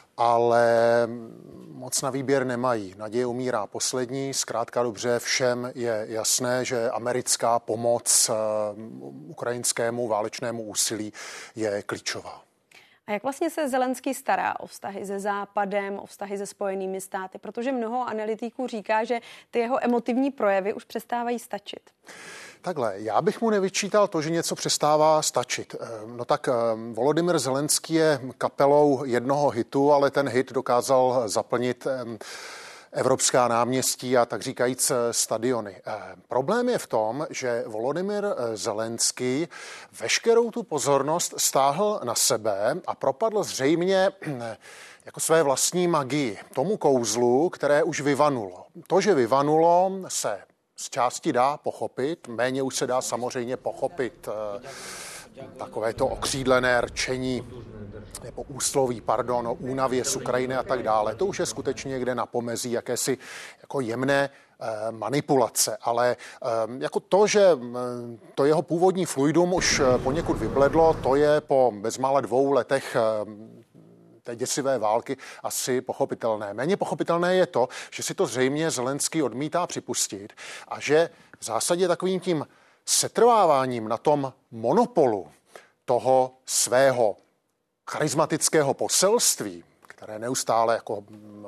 ale moc na výběr nemají. Naděje umírá poslední. Zkrátka dobře, všem je jasné, že americká pomoc ukrajinskému válečnému úsilí je klíčová. A jak vlastně se Zelenský stará o vztahy se Západem, o vztahy se Spojenými státy? Protože mnoho analytiků říká, že ty jeho emotivní projevy už přestávají stačit. Takhle, já bych mu nevyčítal to, že něco přestává stačit. No tak Volodymyr Zelenský je kapelou jednoho hitu, ale ten hit dokázal zaplnit evropská náměstí a tak říkajíc stadiony. Problém je v tom, že Volodymyr Zelenský veškerou tu pozornost stáhl na sebe a propadl zřejmě jako své vlastní magii, tomu kouzlu, které už vyvanulo. To, že vyvanulo, se z části dá pochopit, méně už se dá samozřejmě pochopit takové to okřídlené rčení nebo úsloví, o únavě z Ukrajiny a tak dále. To už je skutečně někde na pomezí jakési jako jemné manipulace, ale jako to, že to jeho původní fluidum už poněkud vybledlo, to je po bezmála 2 letech té děsivé války asi pochopitelné. Méně pochopitelné je to, že si to zřejmě Zelenský odmítá připustit a že v zásadě takovým tím setrváváním na tom monopolu toho svého charismatického poselství, které neustále jako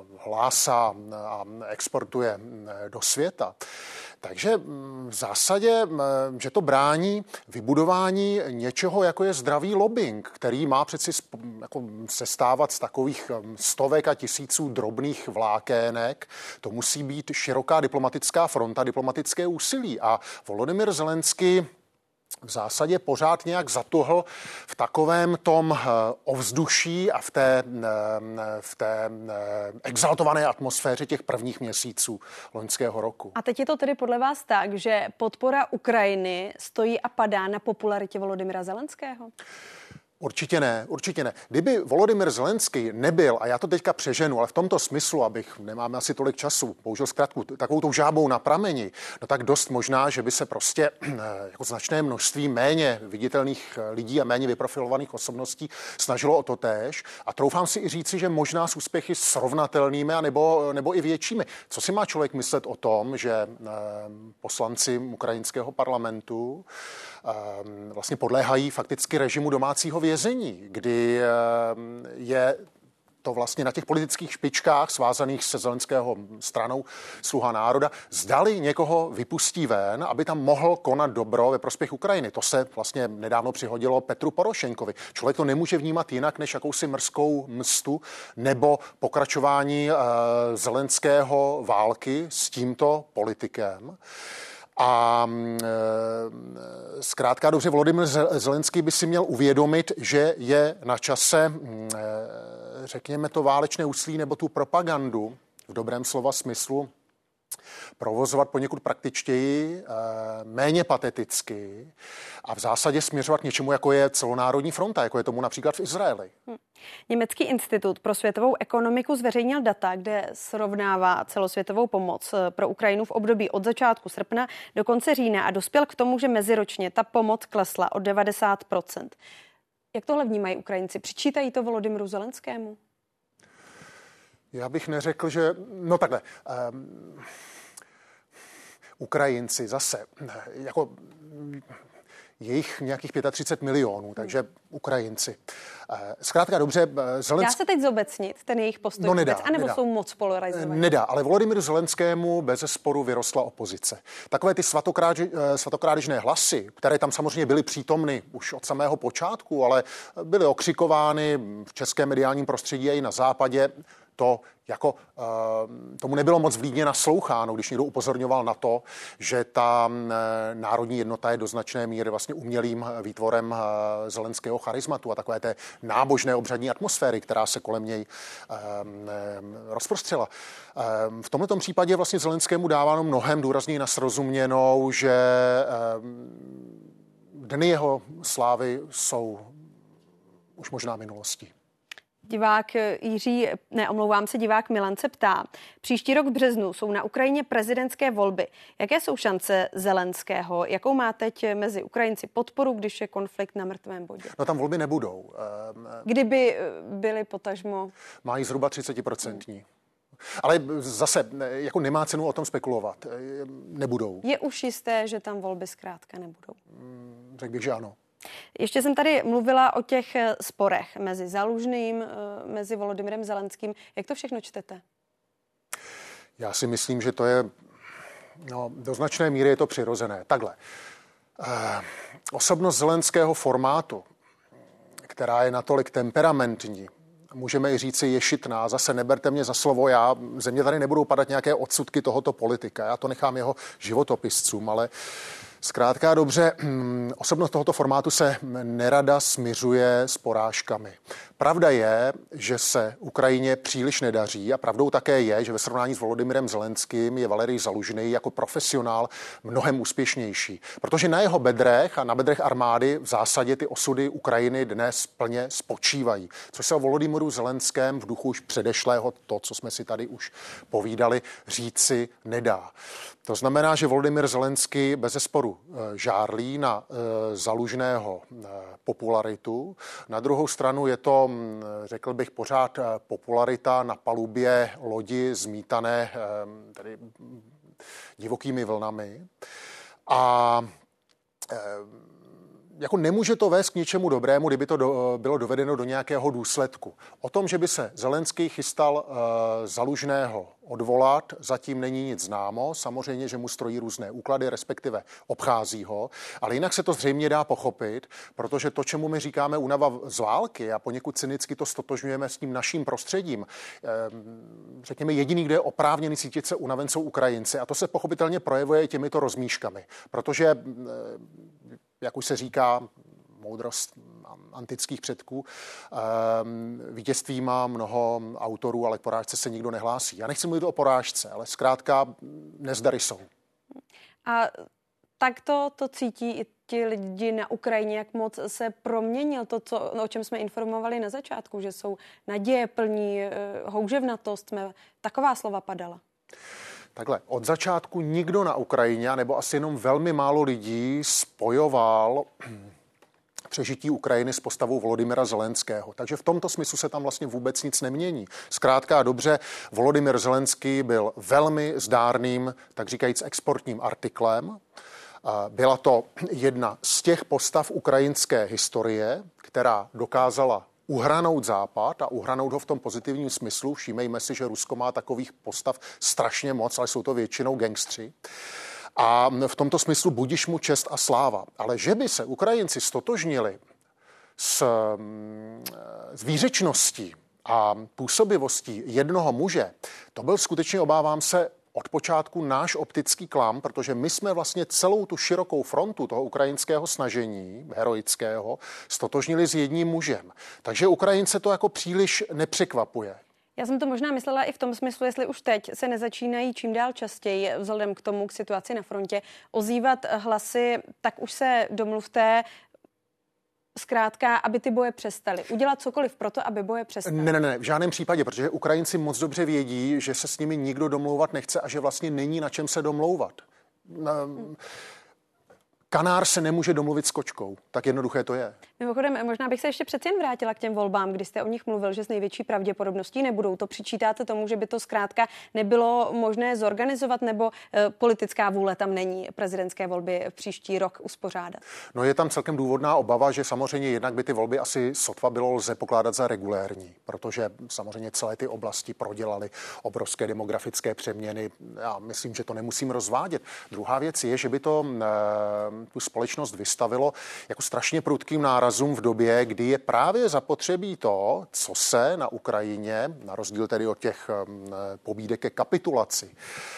hlásá a exportuje do světa. Takže v zásadě, že to brání vybudování něčeho, jako je zdravý lobbying, který má přeci jako sestávat z takových stovek a tisíců drobných vlákének. To musí být široká diplomatická fronta, diplomatické úsilí. A Volodymyr Zelenský v zásadě pořád nějak zatuhl v takovém tom ovzduší a v té exaltované atmosféře těch prvních měsíců loňského roku. A teď je to tedy podle vás tak, že podpora Ukrajiny stojí a padá na popularitě Volodymyra Zelenského? Určitě ne. Kdyby Volodymyr Zelenský nebyl, a já to teďka přeženu, ale v tomto smyslu, nemáme asi tolik času, použil zkrátku takovou tou žábou na prameni, no tak dost možná, že by se prostě jako značné množství méně viditelných lidí a méně vyprofilovaných osobností snažilo o to též. A troufám si i říci, že možná s úspěchy srovnatelnými nebo i většími. Co si má člověk myslet o tom, že poslanci ukrajinského parlamentu vlastně podléhají fakticky režimu domácího vězení, kdy je to vlastně na těch politických špičkách svázaných se Zelenského stranou Sluha národa zdali někoho vypustí ven, aby tam mohl konat dobro ve prospěch Ukrajiny. To se vlastně nedávno přihodilo Petru Porošenkovi. Člověk to nemůže vnímat jinak než jakousi mrzkou mstu nebo pokračování Zelenského války s tímto politikem. A zkrátka dobře, Volodymyr Zelenský by si měl uvědomit, že je na čase, řekněme to válečné úsilí nebo tu propagandu v dobrém slova smyslu provozovat poněkud praktičtěji, méně pateticky a v zásadě směřovat k něčemu, jako je celonárodní fronta, jako je tomu například v Izraeli. Německý institut pro světovou ekonomiku zveřejnil data, kde srovnává celosvětovou pomoc pro Ukrajinu v období od začátku srpna do konce října a dospěl k tomu, že meziročně ta pomoc klesla o 90%. Jak tohle vnímají Ukrajinci? Přičítají to Volodymyru Zelenskému? Já bych neřekl, že... No takhle. Ukrajinci zase, jako jejich nějakých 35 milionů, takže Ukrajinci. Zkrátka dobře, Dá se teď zobecnit ten jejich postoj vůbec, anebo jsou moc polarizovaní? Nedá, ale Volodymyru Zelenskému bezesporu vyrostla opozice. Takové ty svatokrádežné hlasy, které tam samozřejmě byly přítomny už od samého počátku, ale byly okřikovány v českém mediálním prostředí a i na západě, to jako tomu nebylo moc vlídně nasloucháno, když někdo upozorňoval na to, že ta národní jednota je do značné míry vlastně umělým výtvorem Zelenského charizmatu a takové té nábožné obřadní atmosféry, která se kolem něj rozprostřela. V tomto případě vlastně Zelenskému dáváno mnohem důrazněji na srozuměnou, že dny jeho slávy jsou už možná minulostí. Divák divák Milan se ptá. Příští rok v březnu jsou na Ukrajině prezidentské volby. Jaké jsou šance Zelenského? Jakou má teď mezi Ukrajinci podporu, když je konflikt na mrtvém bodě? No tam volby nebudou. Kdyby byly potažmo? Mají zhruba 30%. Ale zase jako nemá cenu o tom spekulovat. Nebudou. Je už jisté, že tam volby zkrátka nebudou? Řekl bych, že ano. Ještě jsem tady mluvila o těch sporech mezi Zalužným, mezi Volodymyrem Zelenským. Jak to všechno čtete? Já si myslím, že to je, do značné míry je to přirozené. Takhle. Osobnost Zelenského formátu, která je natolik temperamentní, můžeme i říci ješitná, zase neberte mě za slovo, ze mě tady nebudou padat nějaké odsudky tohoto politika, já to nechám jeho životopiscům, ale zkrátka dobře, osobnost tohoto formátu se nerada smiřuje s porážkami. Pravda je, že se Ukrajině příliš nedaří a pravdou také je, že ve srovnání s Volodymyrem Zelenským je Valerij Zalužný jako profesionál mnohem úspěšnější. Protože na jeho bedrech a na bedrech armády v zásadě ty osudy Ukrajiny dnes plně spočívají. Což se o Volodymyru Zelenském v duchu už předešlého, to, co jsme si tady už povídali, říci nedá. To znamená, že Volodymyr Zelenský bezesporu žárlí na Zalužného popularitu. Na druhou stranu je to, řekl bych, pořád popularita na palubě lodi zmítané tedy divokými vlnami. A jako nemůže to vést k něčemu dobrému, kdyby to bylo dovedeno do nějakého důsledku. O tom, že by se Zelenský chystal Zalužného odvolat, zatím není nic známo. Samozřejmě, že mu strojí různé úklady, respektive obchází ho, ale jinak se to zřejmě dá pochopit, protože to, čemu my říkáme únava z války a poněkud cynicky to stotožňujeme s tím naším prostředím, řekněme, jediný, kde je oprávněný cítit se unaven, jsou Ukrajinci a to se pochopitelně projevuje těmito rozmíškami, protože jak už se říká, moudrost antických předků. Vítězství má mnoho autorů, ale k porážce se nikdo nehlásí. Já nechci mluvit o porážce, ale zkrátka nezdary jsou. A tak to cítí i ti lidi na Ukrajině, jak moc se proměnil to, o čem jsme informovali na začátku, že jsou nadějeplní, houževnatost, taková slova padala. Takhle, od začátku nikdo na Ukrajině, nebo asi jenom velmi málo lidí spojoval přežití Ukrajiny s postavou Volodymyra Zelenského. Takže v tomto smyslu se tam vlastně vůbec nic nemění. Zkrátka a dobře, Volodymyr Zelenský byl velmi zdárným, tak říkajíc, exportním artiklem. Byla to jedna z těch postav ukrajinské historie, která dokázala uhranout Západ a uhranout ho v tom pozitivním smyslu. Všímejme si, že Rusko má takových postav strašně moc, ale jsou to většinou gangstři. A v tomto smyslu budiš mu čest a sláva. Ale že by se Ukrajinci stotožnili s výřečností a působivostí jednoho muže, to byl skutečně, obávám se, od počátku náš optický klam, protože my jsme vlastně celou tu širokou frontu toho ukrajinského snažení, heroického, stotožnili s jedním mužem. Takže Ukrajince to jako příliš nepřekvapuje. Já jsem to možná myslela i v tom smyslu, jestli už teď se nezačínají čím dál častěji, vzhledem k tomu, k situaci na frontě, ozývat hlasy, tak už se domluvte, zkrátka, aby ty boje přestaly. Udělat cokoliv pro to, aby boje přestaly. Ne, v žádném případě, protože Ukrajinci moc dobře vědí, že se s nimi nikdo domlouvat nechce a že vlastně není na čem se domlouvat. Kanár se nemůže domluvit s kočkou. Tak jednoduché to je. Mimochodem, možná bych se ještě přeci jen vrátila k těm volbám, kdy jste o nich mluvil, že s největší pravděpodobností nebudou. To přičítáte tomu, že by to zkrátka nebylo možné zorganizovat, nebo politická vůle tam není prezidentské volby příští rok uspořádat? No, je tam celkem důvodná obava, že samozřejmě jednak by ty volby asi sotva bylo lze pokládat za regulérní, protože samozřejmě celé ty oblasti prodělaly obrovské demografické přeměny. Já myslím, že to nemusím rozvádět. Druhá věc je, že by to tu společnost vystavilo jako strašně prudkým nárazům v době, kdy je právě zapotřebí to, co se na Ukrajině, na rozdíl tedy od těch pobídek ke kapitulaci,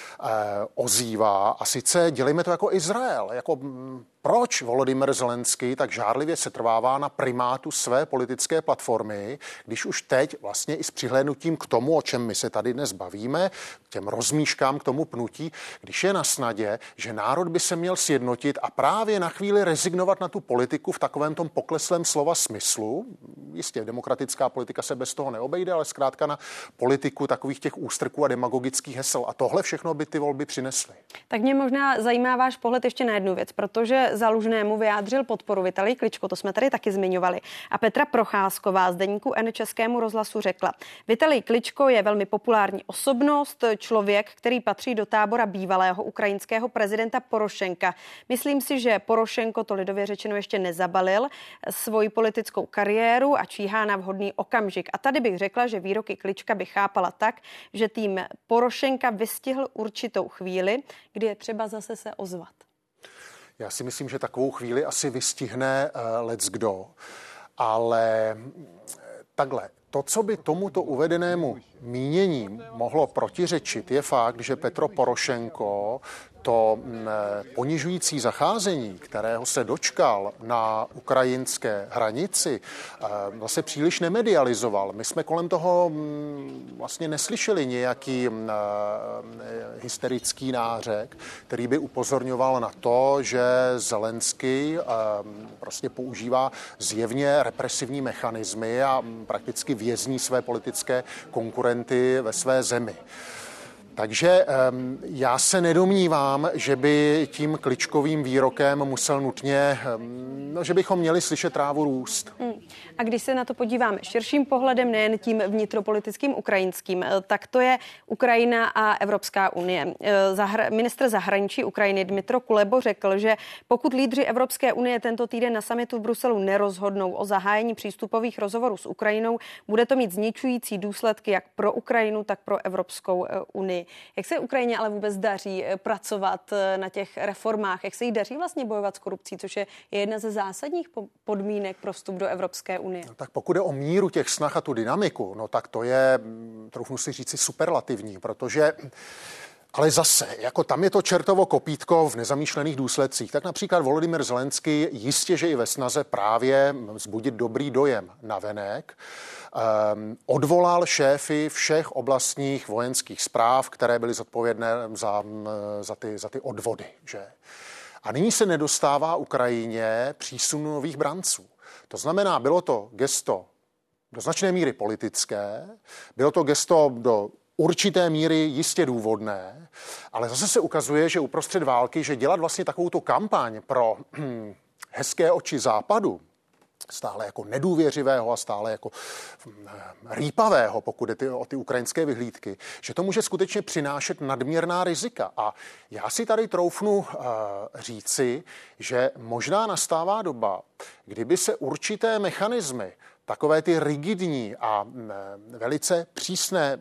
ozývá. A sice dělejme to jako Izrael. Jako proč Volodymyr Zelenský tak žárlivě setrvává na primátu své politické platformy, když už teď vlastně i s přihlédnutím k tomu, o čem my se tady dnes bavíme, těm rozmíškám, k tomu pnutí, když je na snadě, že národ by se měl sjednotit a právě na chvíli rezignovat na tu politiku v takovém tom pokleslém slova smyslu. Jistě, demokratická politika se bez toho neobejde, ale zkrátka na politiku takových těch ústrků a demagogických hesel. A tohle všechno by ty volby přinesly. Tak mě možná zajímá váš pohled ještě na jednu věc, protože Zalužnému vyjádřil podporu Vitalij Kličko, to jsme tady taky zmiňovali. A Petra Procházková z deníku N Českému rozhlasu řekla: Vitalij Kličko je velmi populární osobnost, člověk, který patří do tábora bývalého ukrajinského prezidenta Porošenka. Myslím si, že Porošenko, to lidově řečeno, ještě nezabalil svoji politickou kariéru a číhá na vhodný okamžik. A tady bych řekla, že výroky Klička by chápala tak, že tým Porošenka vystihl určitou chvíli, kdy je třeba zase se ozvat. Já si myslím, že takovou chvíli asi vystihne leckdo, ale takhle. To, co by tomuto uvedenému mínění mohlo protiřečit, je fakt, že Petro Porošenko to ponižující zacházení, kterého se dočkal na ukrajinské hranici, vlastně příliš nemedializoval. My jsme kolem toho vlastně neslyšeli nějaký hysterický nářek, který by upozorňoval na to, že Zelenský prostě používá zjevně represivní mechanismy a prakticky vězní své politické konkurenty ve své zemi. Takže já se nedomnívám, že by tím Kličkovým výrokem musel nutně, že bychom měli slyšet trávu růst. A když se na to podíváme širším pohledem, nejen tím vnitropolitickým ukrajinským, tak to je Ukrajina a Evropská unie. Ministr zahraničí Ukrajiny Dmytro Kuleba řekl, že pokud lídři Evropské unie tento týden na summitu v Bruselu nerozhodnou o zahájení přístupových rozhovorů s Ukrajinou, bude to mít zničující důsledky jak pro Ukrajinu, tak pro Evropskou unii. Jak se Ukrajině ale vůbec daří pracovat na těch reformách? Jak se jí daří vlastně bojovat s korupcí, což je jedna ze zásadních podmínek pro vstup do Evropské unie? No, tak pokud je o míru těch snah a tu dynamiku, no tak to je, troufnu si říci, superlativní, protože ale zase, jako tam je to čertovo kopítko v nezamýšlených důsledcích. Tak například Volodymyr Zelenský jistě, že i ve snaze právě vzbudit dobrý dojem navenek, odvolal šéfy všech oblastních vojenských správ, které byly zodpovědné za ty odvody, že? A nyní se nedostává Ukrajině přísunu nových branců. To znamená, bylo to gesto do značné míry politické, bylo to gesto do určité míry jistě důvodné, ale zase se ukazuje, že uprostřed války, že dělat vlastně takovouto kampaň pro hezké oči Západu, stále jako nedůvěřivého a stále jako rýpavého, pokud jde o ty ukrajinské vyhlídky, že to může skutečně přinášet nadměrná rizika. A já si tady troufnu říci, že možná nastává doba, kdyby se určité mechanismy, takové ty rigidní a velice přísné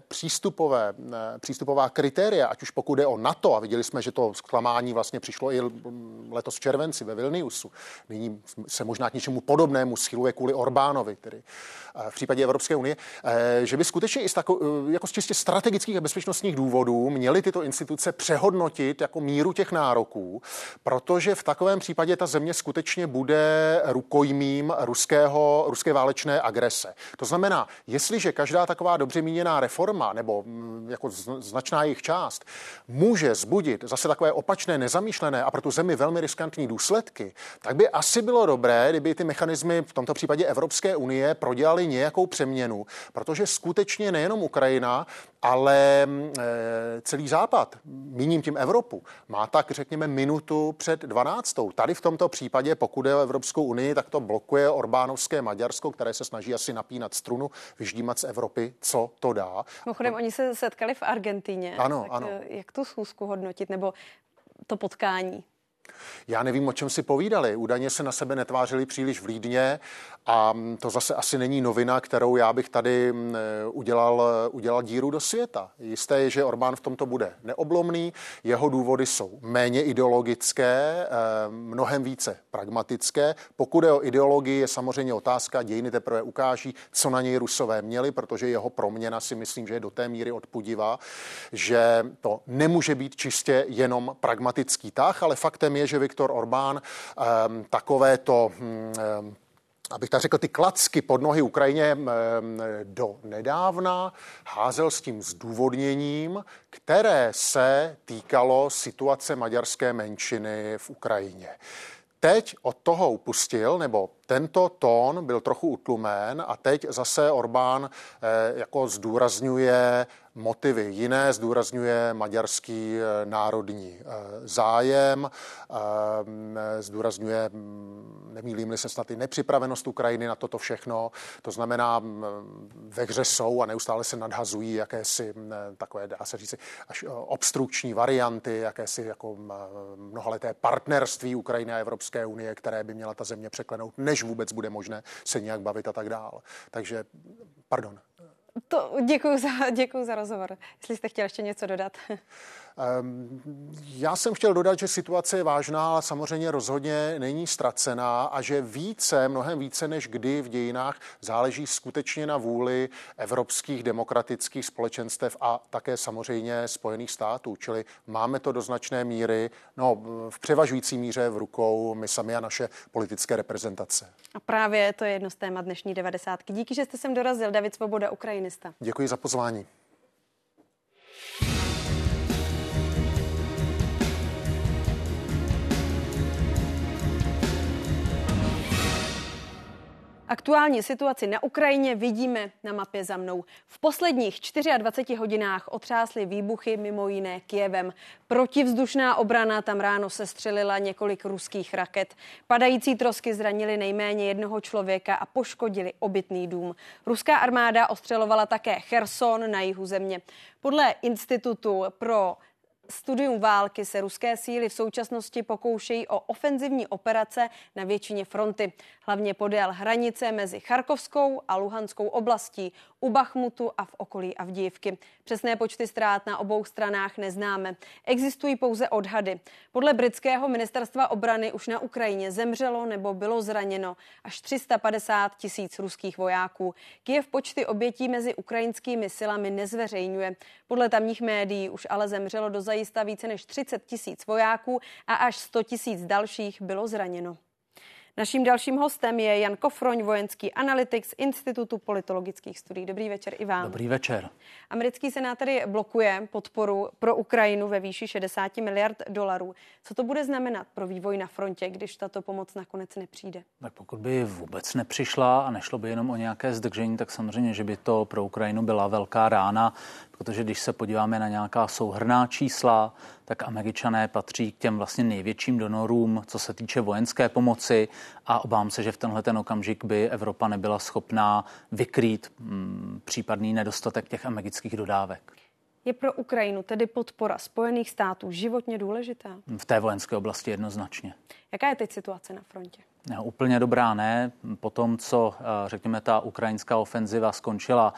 přístupová kritéria, ať už pokud jde o NATO, a viděli jsme, že to zklamání vlastně přišlo i letos v červenci ve Vilniusu, nyní se možná k něčemu podobnému schyluje kvůli Orbánovi, tedy v případě Evropské unie, že by skutečně i jako z čistě strategických a bezpečnostních důvodů měly tyto instituce přehodnotit jako míru těch nároků, protože v takovém případě ta země skutečně bude rukojmím ruské válečné agrese. To znamená, jestliže každá taková dobře míněná reforma nebo jako značná jejich část může zbudit zase takové opačné, nezamýšlené a pro tu zemi velmi riskantní důsledky, tak by asi bylo dobré, kdyby ty mechanismy v tomto případě Evropské unie prodělaly nějakou přeměnu, protože skutečně nejenom Ukrajina, ale celý Západ, míním tím Evropu, má tak, řekněme, minutu před 12. Tady v tomto případě, pokud je o Evropskou unii, tak to blokuje orbánovské Maďarsko, které se snaží asi napínat strunu, vyždímat z Evropy, co to dá. Mimochodem, oni se setkali v Argentině. Ano, ano. Jak tu schůzku hodnotit, nebo to potkání? Já nevím, o čem si povídali. Údajně se na sebe netvářili příliš vlídně a to zase asi není novina, kterou já bych tady udělal díru do světa. Jisté je, že Orbán v tomto bude neoblomný. Jeho důvody jsou méně ideologické, mnohem více pragmatické. Pokud je o ideologii, je samozřejmě otázka, dějiny teprve ukáží, co na něj Rusové měli, protože jeho proměna si myslím, že je do té míry odpudivá, že to nemůže být čistě jenom pragmatický tah, ale faktem je, že Viktor Orbán takovéto, abych tak řekl, ty klacky pod nohy Ukrajině do nedávna házel s tím zdůvodněním, které se týkalo situace maďarské menšiny v Ukrajině. Teď od toho upustil, nebo tento tón byl trochu utlumen a teď zase Orbán jako zdůrazňuje motivy jiné, zdůrazňuje maďarský národní zájem, zdůrazňuje, nemýlím-li se snad, i nepřipravenost Ukrajiny na toto všechno. To znamená, ve hře jsou a neustále se nadhazují jakési takové, dá se říci, až obstrukční varianty, jakési jako mnohaleté partnerství Ukrajiny a Evropské unie, které by měla ta země překlenout, než vůbec bude možné se nějak bavit a tak dál. Takže, pardon. Děkuji za rozhovor. Jestli jste chtěl ještě něco dodat. Já jsem chtěl dodat, že situace je vážná, ale samozřejmě rozhodně není ztracená a že mnohem více než kdy v dějinách záleží skutečně na vůli evropských demokratických společenstev a také samozřejmě Spojených států. Čili máme to do značné míry, v převažující míře v rukou my sami a naše politické reprezentace. A právě to je jedno z témat dnešní 90. Díky, že jste sem dorazil. David Svoboda, ukrajinista. Děkuji za pozvání. Aktuální situaci na Ukrajině vidíme na mapě za mnou. V posledních 24 hodinách otřásly výbuchy mimo jiné Kyjevem. Protivzdušná obrana tam ráno sestřelila několik ruských raket. Padající trosky zranily nejméně jednoho člověka a poškodili obytný dům. Ruská armáda ostřelovala také Cherson na jihu země. Podle Institutu pro studium války se ruské síly v současnosti pokoušejí o ofenzivní operace na většině fronty. Hlavně podél hranice mezi Charkovskou a Luhanskou oblastí, u Bachmutu a v okolí Avdijivky. Přesné počty ztrát na obou stranách neznáme. Existují pouze odhady. Podle britského ministerstva obrany už na Ukrajině zemřelo nebo bylo zraněno až 350 000 ruských vojáků. Kyjev počty obětí mezi ukrajinskými silami nezveřejňuje. Podle tamních médií už ale zemřelo dozajista více než 30 000 vojáků a až 100 000 dalších bylo zraněno. Naším dalším hostem je Jan Kofroň, vojenský analytik z Institutu politologických studií. Dobrý večer i vám. Dobrý večer. Americký senát tedy blokuje podporu pro Ukrajinu ve výši $60 miliard. Co to bude znamenat pro vývoj na frontě, když tato pomoc nakonec nepřijde? Tak pokud by vůbec nepřišla a nešlo by jenom o nějaké zdržení, tak samozřejmě, že by to pro Ukrajinu byla velká rána, protože když se podíváme na nějaká souhrnná čísla, tak Američané patří k těm vlastně největším donorům, co se týče vojenské pomoci, a obávám se, že v tenhle ten okamžik by Evropa nebyla schopná vykrýt případný nedostatek těch amerických dodávek. Je pro Ukrajinu tedy podpora Spojených států životně důležitá? V té vojenské oblasti jednoznačně. Jaká je teď situace na frontě? Úplně dobrá ne. Po tom, co, řekněme, ta ukrajinská ofenziva skončila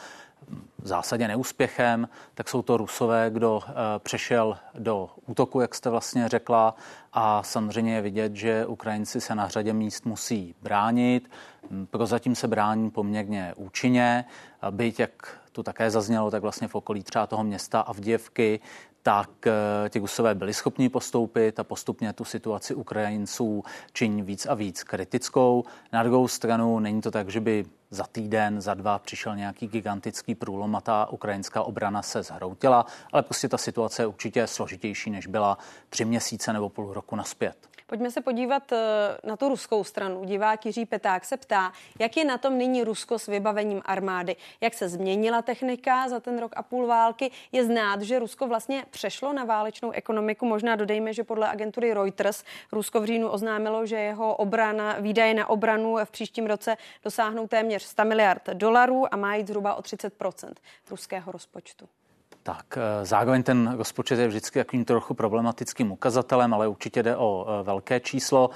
v zásadě neúspěchem, tak jsou to Rusové, kdo přešel do útoku, jak jste vlastně řekla, a samozřejmě je vidět, že Ukrajinci se na řadě míst musí bránit. Prozatím se brání poměrně účinně, byť, jak tu také zaznělo, tak vlastně v okolí třeba toho města Avdijevky, tak ti Rusové byli schopni postoupit a postupně tu situaci Ukrajinců činí víc a víc kritickou. Na druhou stranu není to tak, že by za týden, za dva přišel nějaký gigantický průlom a ta ukrajinská obrana se zhroutila, ale prostě ta situace je určitě složitější, než byla 3 měsíce nebo půl roku nazpět. Pojďme se podívat na tu ruskou stranu. Divák Jiří Peták se ptá, jak je na tom nyní Rusko s vybavením armády, jak se změnila technika za ten rok a půl války. Je znát, že Rusko vlastně přešlo na válečnou ekonomiku. Možná dodejme, že podle agentury Reuters Rusko v říjnu oznámilo, že jeho výdaje na obranu v příštím roce dosáhnou téměř $100 miliard a má jít zhruba o 30% ruského rozpočtu. Tak zároveň ten rozpočet je vždycky takovým trochu problematickým ukazatelem, ale určitě jde o velké číslo.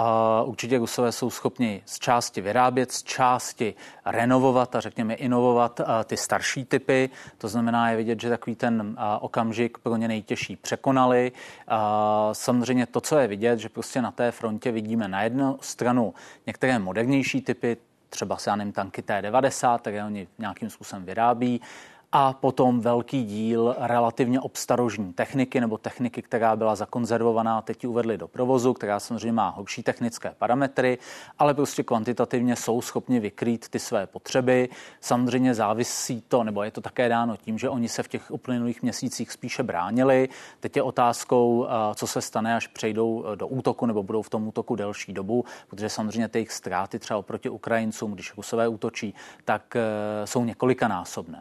Určitě Rusové jsou schopni z části vyrábět, z části renovovat a řekněme inovovat ty starší typy. To znamená, je vidět, že takový ten okamžik pro ně nejtěžší překonali. Samozřejmě to, co je vidět, že prostě na té frontě vidíme na jednu stranu některé modernější typy, třeba tanky T-90, které oni nějakým způsobem vyrábí, a potom velký díl relativně obstarožní techniky nebo techniky, která byla zakonzervovaná, teď ji uvedli do provozu, která samozřejmě má horší technické parametry, ale prostě kvantitativně jsou schopni vykrýt ty své potřeby. Samozřejmě závisí to, nebo je to také dáno tím, že oni se v těch uplynulých měsících spíše bránili. Teď je otázkou, co se stane, až přejdou do útoku nebo budou v tom útoku delší dobu, protože samozřejmě ty jejich ztráty třeba oproti Ukrajincům, když Rusové útočí, tak jsou několikanásobné.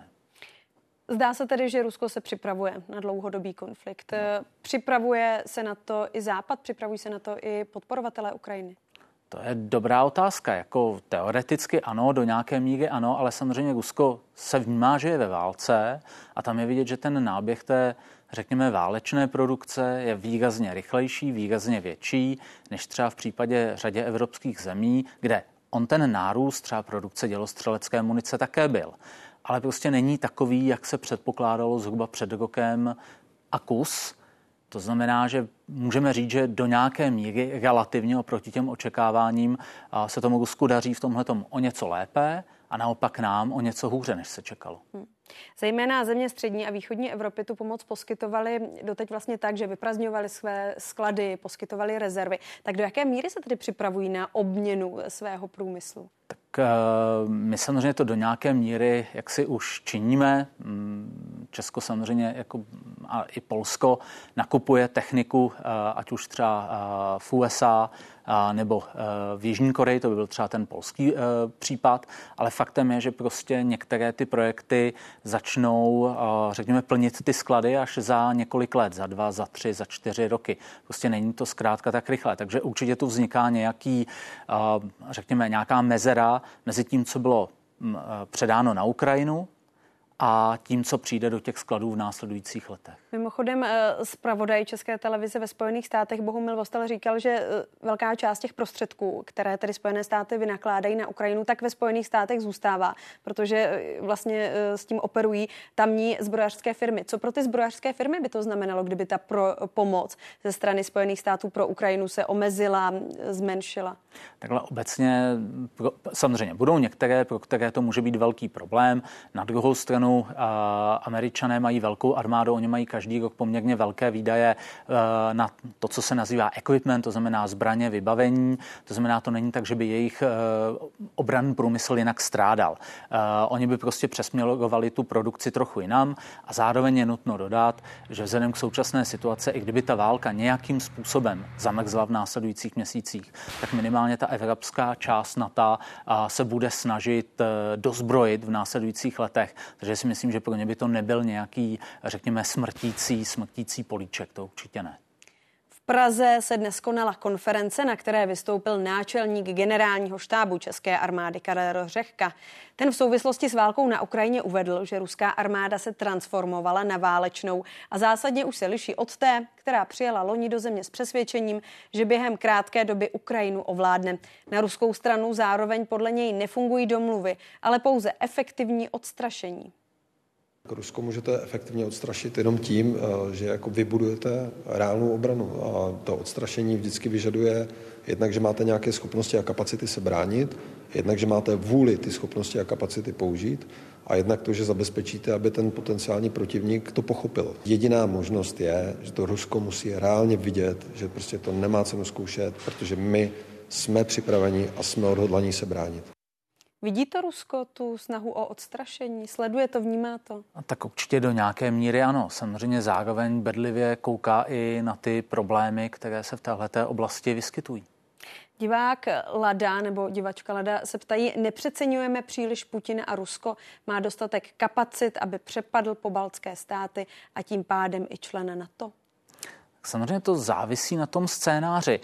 Zdá se tedy, že Rusko se připravuje na dlouhodobý konflikt. Připravuje se na to i Západ, připravují se na to i podporovatelé Ukrajiny? To je dobrá otázka. Jako teoreticky ano, do nějaké míry ano, ale samozřejmě Rusko se vnímá, že je ve válce a tam je vidět, že ten náběh té, řekněme, válečné produkce je výrazně rychlejší, výrazně větší, než třeba v případě řadě evropských zemí, kde on ten nárůst třeba produkce dělostřelecké munice také byl. Ale prostě není takový, jak se předpokládalo zhruba před rokem a kus. To znamená, že můžeme říct, že do nějaké míry relativně oproti těm očekáváním se tomu Rusku daří v tomhletom o něco lépe a naopak nám o něco hůře, než se čekalo. Zejména země střední a východní Evropy tu pomoc poskytovali doteď vlastně tak, že vyprazdňovali své sklady, poskytovali rezervy. Tak do jaké míry se tedy připravují na obměnu svého průmyslu? Tak my samozřejmě to do nějaké míry, jak si už činíme. Česko samozřejmě jako a i Polsko nakupuje techniku, ať už třeba v USA nebo v Jižní Koreji, to by byl třeba ten polský případ, ale faktem je, že prostě některé ty projekty začnou, řekněme, plnit ty sklady až za několik let, za 2, za 3, za 4 roky. Prostě není to zkrátka tak rychle, takže určitě tu vzniká nějaký, řekněme, nějaká mezera mezi tím, co bylo předáno na Ukrajinu a tím, co přijde do těch skladů v následujících letech. Mimochodem, zpravodaj České televize ve Spojených státech Bohumil Vostel říkal, že velká část těch prostředků, které tedy Spojené státy vynakládají na Ukrajinu, tak ve Spojených státech zůstává, protože vlastně s tím operují tamní zbrojařské firmy. Co pro ty zbrojařské firmy by to znamenalo, kdyby ta pomoc ze strany Spojených států pro Ukrajinu se omezila, zmenšila? Takhle obecně samozřejmě budou některé, pro které to může být velký problém. Na druhou stranu stranu Američané mají velkou armádu, oni mají každý rok poměrně velké výdaje na to, co se nazývá equipment, to znamená zbraně, vybavení, to znamená, to není tak, že by jejich obranný průmysl jinak strádal. Oni by prostě přesměrovali tu produkci trochu jinam a zároveň je nutno dodat, že vzhledem k současné situaci, i kdyby ta válka nějakým způsobem zamrzla v následujících měsících, tak minimálně ta evropská část NATO se bude snažit dozbrojit v následujících letech. Takže si myslím, že pro ně by to nebyl nějaký, řekněme, smrtící políček, to určitě ne. V Praze se dnes konala konference, na které vystoupil náčelník generálního štábu České armády Karel Řehka. Ten v souvislosti s válkou na Ukrajině uvedl, že ruská armáda se transformovala na válečnou a zásadně už se liší od té, která přijela loni do země s přesvědčením, že během krátké doby Ukrajinu ovládne. Na ruskou stranu zároveň podle něj nefungují domluvy, ale pouze efektivní odstrašení. Rusko můžete efektivně odstrašit jenom tím, že jako vybudujete reálnou obranu. A to odstrašení vždycky vyžaduje jednak, že máte nějaké schopnosti a kapacity se bránit, jednak, že máte vůli ty schopnosti a kapacity použít a jednak to, že zabezpečíte, aby ten potenciální protivník to pochopil. Jediná možnost je, že to Rusko musí reálně vidět, že prostě to nemá cenu zkoušet, protože my jsme připraveni a jsme odhodlaní se bránit. Vidí to Rusko tu snahu o odstrašení? Sleduje to, vnímá to? Tak určitě do nějaké míry ano. Samozřejmě zároveň bedlivě kouká i na ty problémy, které se v téhleté oblasti vyskytují. Divák Lada nebo divačka Lada se ptají, nepřeceňujeme příliš Putina a Rusko má dostatek kapacit, aby přepadl pobaltské státy a tím pádem i člena NATO? Samozřejmě to závisí na tom scénáři.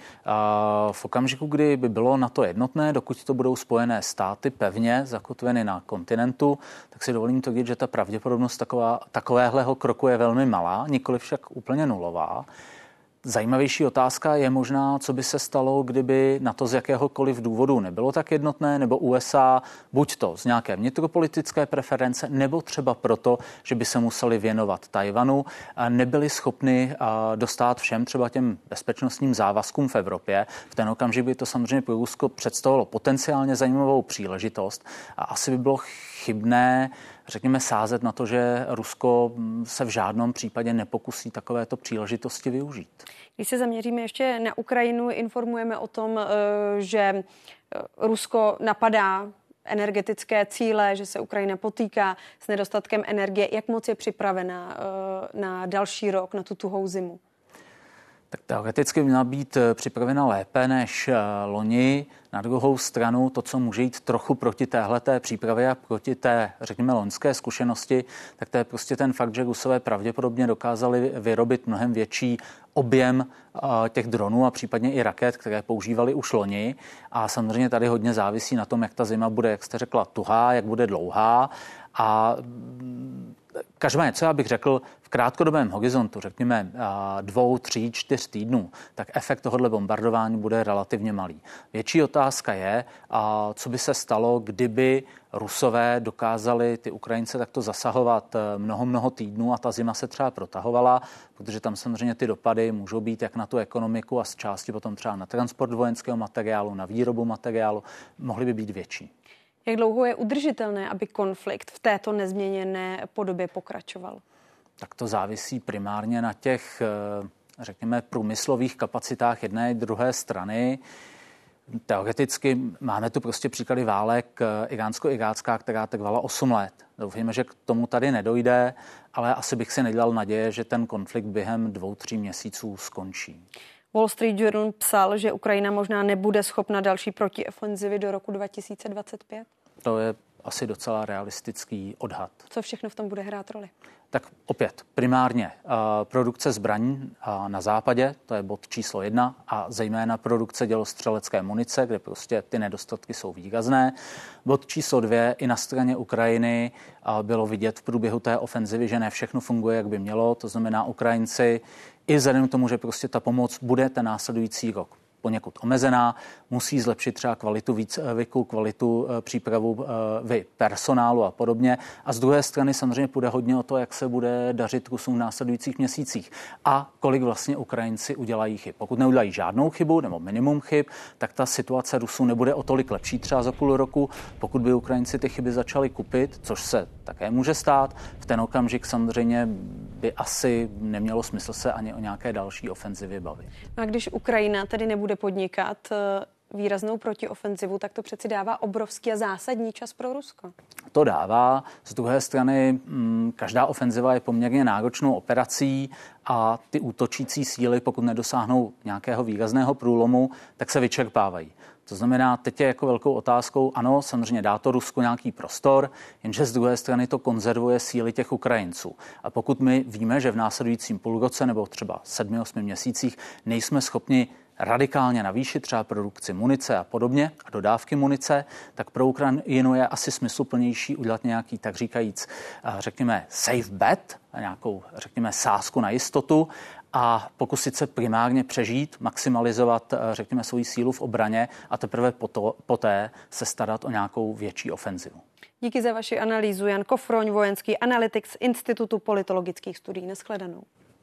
V okamžiku, kdy by bylo NATO jednotné, dokud to budou spojené státy pevně zakotveny na kontinentu, tak si dovolím tvrdit, že ta pravděpodobnost takovéhleho kroku je velmi malá, nikoli však úplně nulová. Zajímavější otázka je možná, co by se stalo, kdyby NATO z jakéhokoliv důvodu nebylo tak jednotné, nebo USA buď to z nějaké vnitropolitické preference, nebo třeba proto, že by se museli věnovat Tajvanu, nebyli schopni dostát všem třeba těm bezpečnostním závazkům v Evropě. V ten okamžik by to samozřejmě pro Rusko představovalo potenciálně zajímavou příležitost a asi by bylo chybné, řekněme, sázet na to, že Rusko se v žádném případě nepokusí takovéto příležitosti využít. Když se zaměříme ještě na Ukrajinu, informujeme o tom, že Rusko napadá energetické cíle, že se Ukrajina potýká s nedostatkem energie. Jak moc je připravena na další rok, na tu tuhou zimu? Tak teoreticky měla být připravena lépe než loni. Na druhou stranu to, co může jít trochu proti téhleté přípravě a proti té, řekněme, loňské zkušenosti, tak to je prostě ten fakt, že Rusové pravděpodobně dokázali vyrobit mnohem větší objem těch dronů a případně i raket, které používali už loni. A samozřejmě tady hodně závisí na tom, jak ta zima bude, jak jste řekla, tuhá, jak bude dlouhá. A každopádně, co já bych řekl, v krátkodobém horizontu, řekněme 2, 3, 4 týdnů, tak efekt tohohle bombardování bude relativně malý. Větší otázka je, co by se stalo, kdyby Rusové dokázali ty Ukrajince takto zasahovat mnoho týdnů a ta zima se třeba protahovala, protože tam samozřejmě ty dopady můžou být jak na tu ekonomiku a z části potom třeba na transport vojenského materiálu, na výrobu materiálu, mohly by být větší. Jak dlouho je udržitelné, aby konflikt v této nezměněné podobě pokračoval? Tak to závisí primárně na těch, řekněme, průmyslových kapacitách jedné i druhé strany. Teoreticky máme tu prostě příklady válek iránsko-irácká, která trvala 8 let. Doufejme, že k tomu tady nedojde, ale asi bych si nedělal naděje, že ten konflikt během 2-3 měsíců skončí. Wall Street Journal psal, že Ukrajina možná nebude schopna další protiofenzivy do roku 2025? To je asi docela realistický odhad. Co všechno v tom bude hrát roli? Tak opět primárně produkce zbraní na západě, to je bod číslo 1, a zejména produkce dělostřelecké munice, kde prostě ty nedostatky jsou výrazné. Bod číslo 2, i na straně Ukrajiny bylo vidět v průběhu té ofenzivy, že ne všechno funguje, jak by mělo, to znamená Ukrajinci i vzhledem k tomu, že prostě ta pomoc bude ten následující rok poněkud omezená, musí zlepšit třeba kvalitu výcviku, kvalitu přípravu personálu a podobně. A z druhé strany samozřejmě půjde hodně o to, jak se bude dařit Rusům v následujících měsících a kolik vlastně Ukrajinci udělají chyb. Pokud neudělají žádnou chybu nebo minimum chyb, tak ta situace Rusů nebude o tolik lepší třeba za půl roku. Pokud by Ukrajinci ty chyby začali kupit, což se také může stát. V ten okamžik samozřejmě by asi nemělo smysl se ani o nějaké další ofenzivě bavit. A když Ukrajina tedy nebude podnikat výraznou protiofenzivu, tak to přeci dává obrovský a zásadní čas pro Rusko. To dává. Z druhé strany každá ofenziva je poměrně náročnou operací a ty útočící síly, pokud nedosáhnou nějakého výrazného průlomu, tak se vyčerpávají. To znamená, teď je jako velkou otázkou, ano, samozřejmě dá to Rusku nějaký prostor, jenže z druhé strany to konzervuje síly těch Ukrajinců. A pokud my víme, že v následujícím půlroce nebo třeba 7-8 měsících nejsme schopni radikálně navýšit třeba produkci munice a podobně a dodávky munice, tak pro Ukrajinu je asi smysluplnější udělat nějaký, tak říkajíc, řekněme, safe bet, nějakou, řekněme, sázku na jistotu a pokusit se primárně přežít, maximalizovat, řekněme, svoji sílu v obraně a teprve poté se starat o nějakou větší ofenzivu. Díky za vaši analýzu. Jan Kofroň, vojenský analytik z Institutu politologických studií. Nashledanou.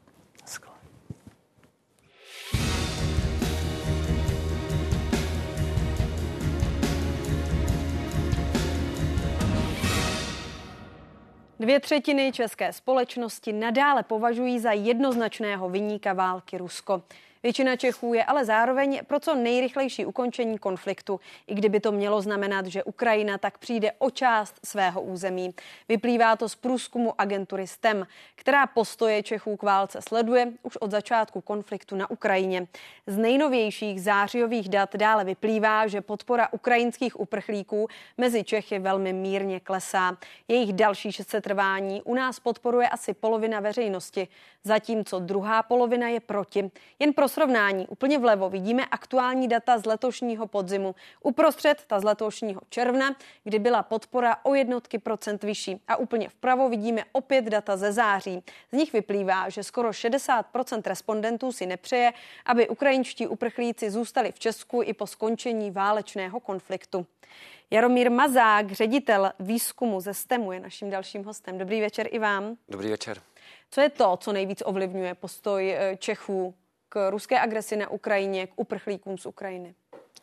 Dvě třetiny české společnosti nadále považují za jednoznačného viníka války Rusko. Většina Čechů je ale zároveň pro co nejrychlejší ukončení konfliktu, i kdyby to mělo znamenat, že Ukrajina tak přijde o část svého území. Vyplývá to z průzkumu agentury STEM, která postoje Čechů k válce sleduje už od začátku konfliktu na Ukrajině. Z nejnovějších zářijových dat dále vyplývá, že podpora ukrajinských uprchlíků mezi Čechy velmi mírně klesá. Jejich další setrvání u nás podporuje asi polovina veřejnosti, zatímco druhá polovina je proti. Jen pro srovnání, úplně vlevo vidíme aktuální data z letošního podzimu. Uprostřed ta z letošního června, kdy byla podpora o jednotky procent vyšší. A úplně vpravo vidíme opět data ze září. Z nich vyplývá, že skoro 60% respondentů si nepřeje, aby ukrajinští uprchlíci zůstali v Česku i po skončení válečného konfliktu. Jaromír Mazák, ředitel výzkumu ze STEMu, je naším dalším hostem. Dobrý večer i vám. Dobrý večer. Co je to, co nejvíc ovlivňuje postoj Čechů k ruské agresi na Ukrajině, k uprchlíkům z Ukrajiny?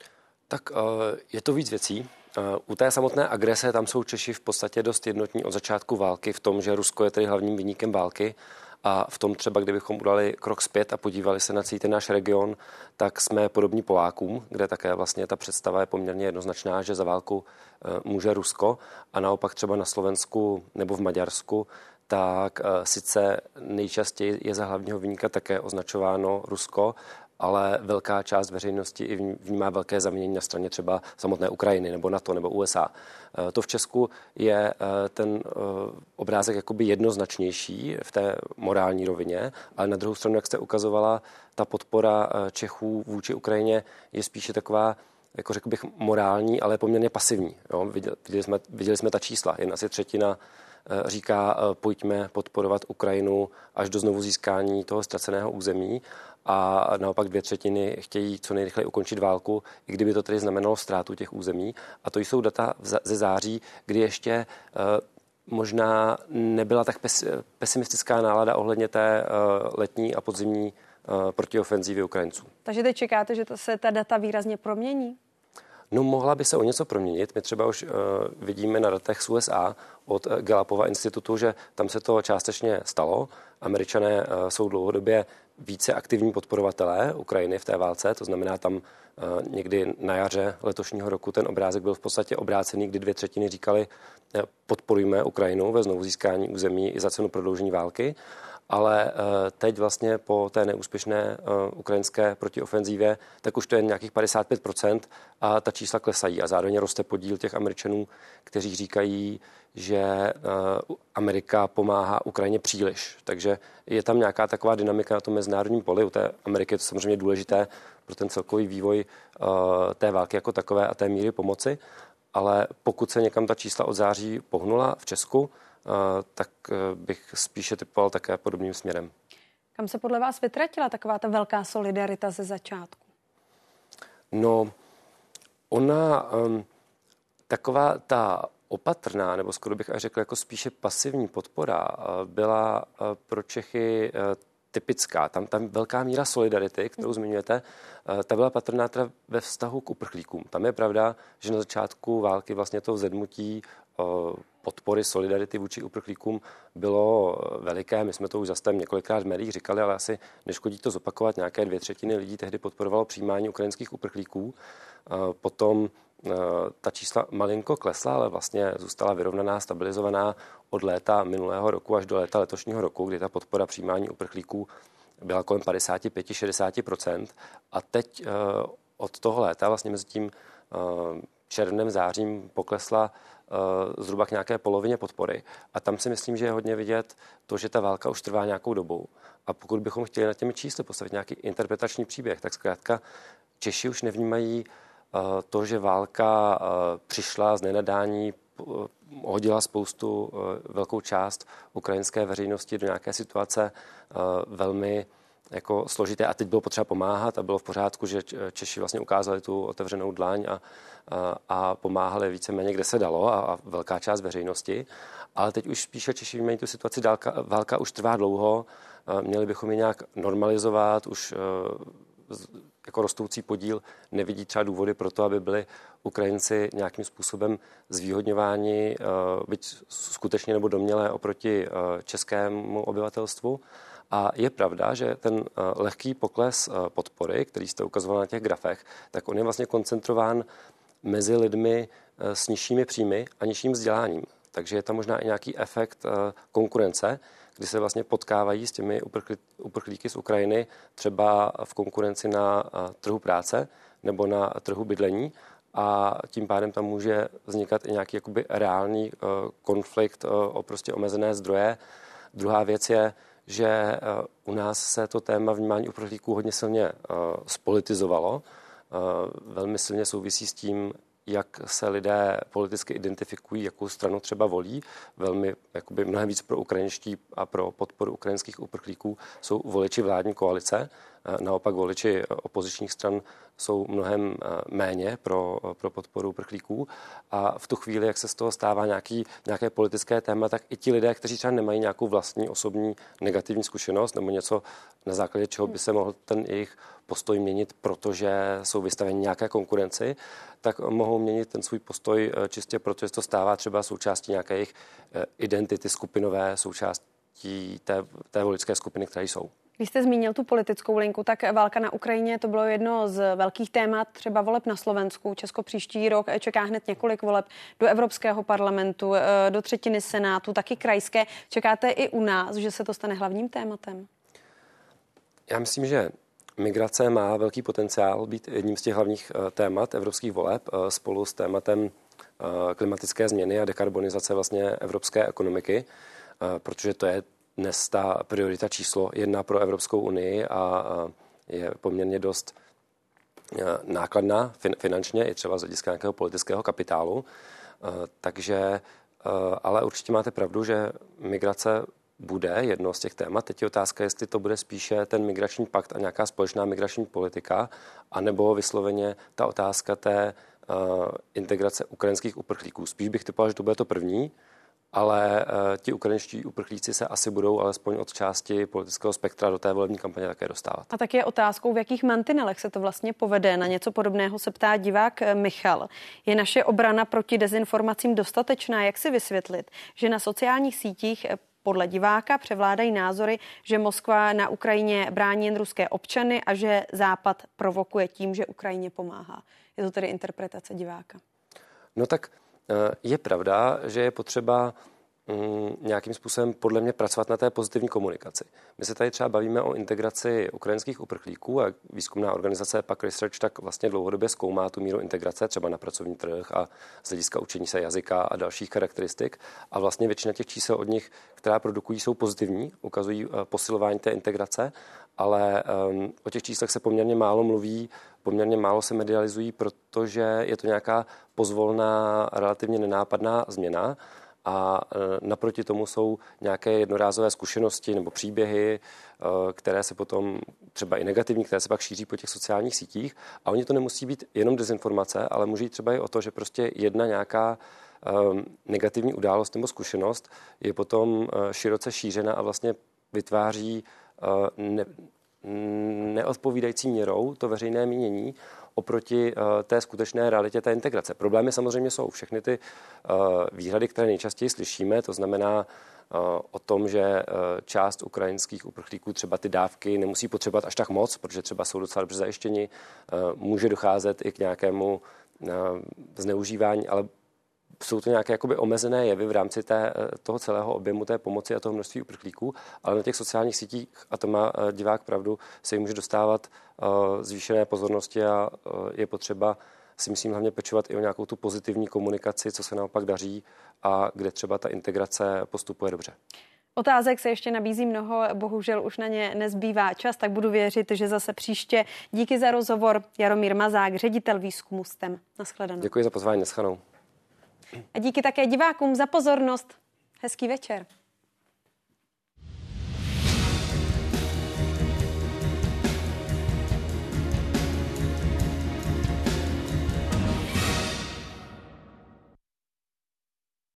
Tak je to víc věcí. U té samotné agrese tam jsou Češi v podstatě dost jednotní od začátku války v tom, že Rusko je tedy hlavním viníkem války a v tom třeba, kdybychom udali krok zpět a podívali se na celý ten náš region, tak jsme podobní Polákům, kde také vlastně ta představa je poměrně jednoznačná, že za válku může Rusko a naopak třeba na Slovensku nebo v Maďarsku tak sice nejčastěji je za hlavního viníka také označováno Rusko, ale velká část veřejnosti i vnímá velké zavinění na straně třeba samotné Ukrajiny nebo NATO nebo USA. To v Česku je ten obrázek jakoby jednoznačnější v té morální rovině, ale na druhou stranu, jak jste ukazovala, ta podpora Čechů vůči Ukrajině je spíše taková, jako řekl bych, morální, ale poměrně pasivní. Jo? Viděli jsme ta čísla. Jen asi třetina říká, pojďme podporovat Ukrajinu až do znovu získání toho ztraceného území a naopak 2/3 chtějí co nejrychleji ukončit válku, i kdyby to tedy znamenalo ztrátu těch území. A to jsou data ze září, kdy ještě možná nebyla tak pesimistická nálada ohledně té letní a podzimní protiofenzívy Ukrajinců. Takže teď čekáte, že se ta data výrazně promění? No, mohla by se o něco proměnit. My třeba už vidíme na datech z USA od Gallupova institutu, že tam se to částečně stalo. Američané jsou dlouhodobě více aktivní podporovatelé Ukrajiny v té válce, to znamená tam někdy na jaře letošního roku ten obrázek byl v podstatě obrácený, kdy 2/3 říkali podporujme Ukrajinu ve znovu získání území i za cenu prodloužení války. Ale teď vlastně po té neúspěšné ukrajinské protiofenzívě, tak už to je nějakých 55% a ta čísla klesají a zároveň roste podíl těch Američanů, kteří říkají, že Amerika pomáhá Ukrajině příliš. Takže je tam nějaká taková dynamika na tom mezinárodním poli. U té Ameriky je to samozřejmě důležité pro ten celkový vývoj té války jako takové a té míry pomoci. Ale pokud se někam ta čísla od září pohnula v Česku, tak bych spíše typoval také podobným směrem. Kam se podle vás vytratila taková ta velká solidarita ze začátku? No, ona taková ta opatrná, nebo skoro bych až řekl jako spíše pasivní podpora byla pro Čechy typická. Tam velká míra solidarity, kterou zmiňujete, ta byla patrná teda ve vztahu k uprchlíkům. Tam je pravda, že na začátku války vlastně to vzedmutí podpory, solidarity vůči uprchlíkům bylo veliké. My jsme to už zase několikrát v médiích říkali, ale asi neškodí to zopakovat. Nějaké 2/3 lidí tehdy podporovalo přijímání ukrajinských uprchlíků. Potom ta čísla malinko klesla, ale vlastně zůstala vyrovnaná, stabilizovaná od léta minulého roku až do léta letošního roku, kdy ta podpora přijímání uprchlíků byla kolem 55-60%. A teď od toho léta vlastně mezi tím červnem, zářím poklesla zhruba k nějaké polovině podpory. A tam si myslím, že je hodně vidět to, že ta válka už trvá nějakou dobu. A pokud bychom chtěli na těmi čísly postavit nějaký interpretační příběh, tak zkrátka Češi už nevnímají to, že válka přišla z nenadání, hodila velkou část ukrajinské veřejnosti do nějaké situace velmi jako složité a teď bylo potřeba pomáhat a bylo v pořádku, že Češi vlastně ukázali tu otevřenou dlaň a pomáhali víceméně, kde se dalo a velká část veřejnosti. Ale teď už spíše Češi vnímají tu situaci, válka už trvá dlouho, měli bychom ji nějak normalizovat, už jako rostoucí podíl nevidí třeba důvody pro to, aby byli Ukrajinci nějakým způsobem zvýhodňováni, byť skutečně nebo domněle oproti českému obyvatelstvu. A je pravda, že ten lehký pokles podpory, který jste ukazoval na těch grafech, tak on je vlastně koncentrován mezi lidmi s nižšími příjmy a nižším vzděláním. Takže je tam možná i nějaký efekt konkurence, kdy se vlastně potkávají s těmi uprchlíky z Ukrajiny třeba v konkurenci na trhu práce nebo na trhu bydlení a tím pádem tam může vznikat i nějaký jakoby reálný konflikt o prostě omezené zdroje. Druhá věc je, že u nás se to téma vnímání uprchlíků hodně silně spolitizovalo. Velmi silně souvisí s tím, jak se lidé politicky identifikují, jakou stranu třeba volí. Velmi, jakoby mnohem víc pro ukrajinští a pro podporu ukrajinských uprchlíků jsou voliči vládní koalice. Naopak voliči opozičních stran jsou mnohem méně pro podporu uprchlíků. A v tu chvíli, jak se z toho stává nějaké politické téma, tak i ti lidé, kteří třeba nemají nějakou vlastní osobní negativní zkušenost nebo něco, na základě čeho by se mohl ten jejich postoj měnit, protože jsou vystaveni nějaké konkurenci, tak mohou měnit ten svůj postoj čistě proto, že to stává třeba součástí nějaké jejich identity skupinové, součástí té voličské skupiny, které jsou. Když jste zmínil tu politickou linku, tak válka na Ukrajině, to bylo jedno z velkých témat, třeba voleb na Slovensku. Česko příští rok čeká hned několik voleb do Evropského parlamentu, do třetiny Senátu, taky krajské. Čekáte i u nás, že se to stane hlavním tématem? Já myslím, že migrace má velký potenciál být jedním z těch hlavních témat evropských voleb spolu s tématem klimatické změny a dekarbonizace vlastně evropské ekonomiky, protože to je dnes ta priorita číslo 1 pro Evropskou unii a je poměrně dost nákladná finančně i třeba z hlediska nějakého politického kapitálu. Takže, ale určitě máte pravdu, že migrace bude jedno z těch témat. Teď je otázka, jestli to bude spíše ten migrační pakt a nějaká společná migrační politika, anebo vysloveně ta otázka té integrace ukrajinských uprchlíků. Spíš bych typoval, že to bude to první, ale ti ukrajinští uprchlíci se asi budou alespoň od části politického spektra do té volební kampaně také dostávat. A tak je otázkou, v jakých mantinelech se to vlastně povede. Na něco podobného se ptá divák Michal. Je naše obrana proti dezinformacím dostatečná? Jak si vysvětlit, že na sociálních sítích podle diváka převládají názory, že Moskva na Ukrajině brání jen ruské občany a že Západ provokuje tím, že Ukrajině pomáhá? Je to tedy interpretace diváka. No tak je pravda, že je potřeba nějakým způsobem podle mě pracovat na té pozitivní komunikaci. My se tady třeba bavíme o integraci ukrajinských uprchlíků a výzkumná organizace PAC Research tak vlastně dlouhodobě zkoumá tu míru integrace třeba na pracovní trh a z hlediska učení se jazyka a dalších charakteristik. A vlastně většina těch čísel od nich, která produkují, jsou pozitivní, ukazují posilování té integrace, ale o těch číslech se poměrně málo mluví, poměrně málo se medializují, protože je to nějaká pozvolná, relativně nenápadná změna. A naproti tomu jsou nějaké jednorázové zkušenosti nebo příběhy, které se potom třeba i negativní, které se pak šíří po těch sociálních sítích. A oni to nemusí být jenom dezinformace, ale může jít třeba i o to, že prostě jedna nějaká negativní událost nebo zkušenost je potom široce šířena a vlastně vytváří neodpovídající měrou to veřejné mínění oproti té skutečné realitě té integrace. Problémy samozřejmě jsou všechny ty výhrady, které nejčastěji slyšíme, to znamená o tom, že část ukrajinských uprchlíků třeba ty dávky nemusí potřebovat až tak moc, protože třeba jsou docela dobře zajištěni, může docházet i k nějakému zneužívání, ale jsou to nějaké jakoby omezené jevy v rámci toho celého objemu té pomoci a toho množství uprchlíků, ale na těch sociálních sítích, a to má divák pravdu, se jim může dostávat zvýšené pozornosti a je potřeba si myslím hlavně pečovat i o nějakou tu pozitivní komunikaci, co se naopak daří a kde třeba ta integrace postupuje dobře. Otázek se ještě nabízí mnoho, bohužel už na ně nezbývá čas, tak budu věřit, že zase příště. Díky za rozhovor. Jaromír Mazák, ředitel výzkumu STEM. Naschledanou. Děkuji za pozvání, naschledanou. A díky také divákům za pozornost. Hezký večer.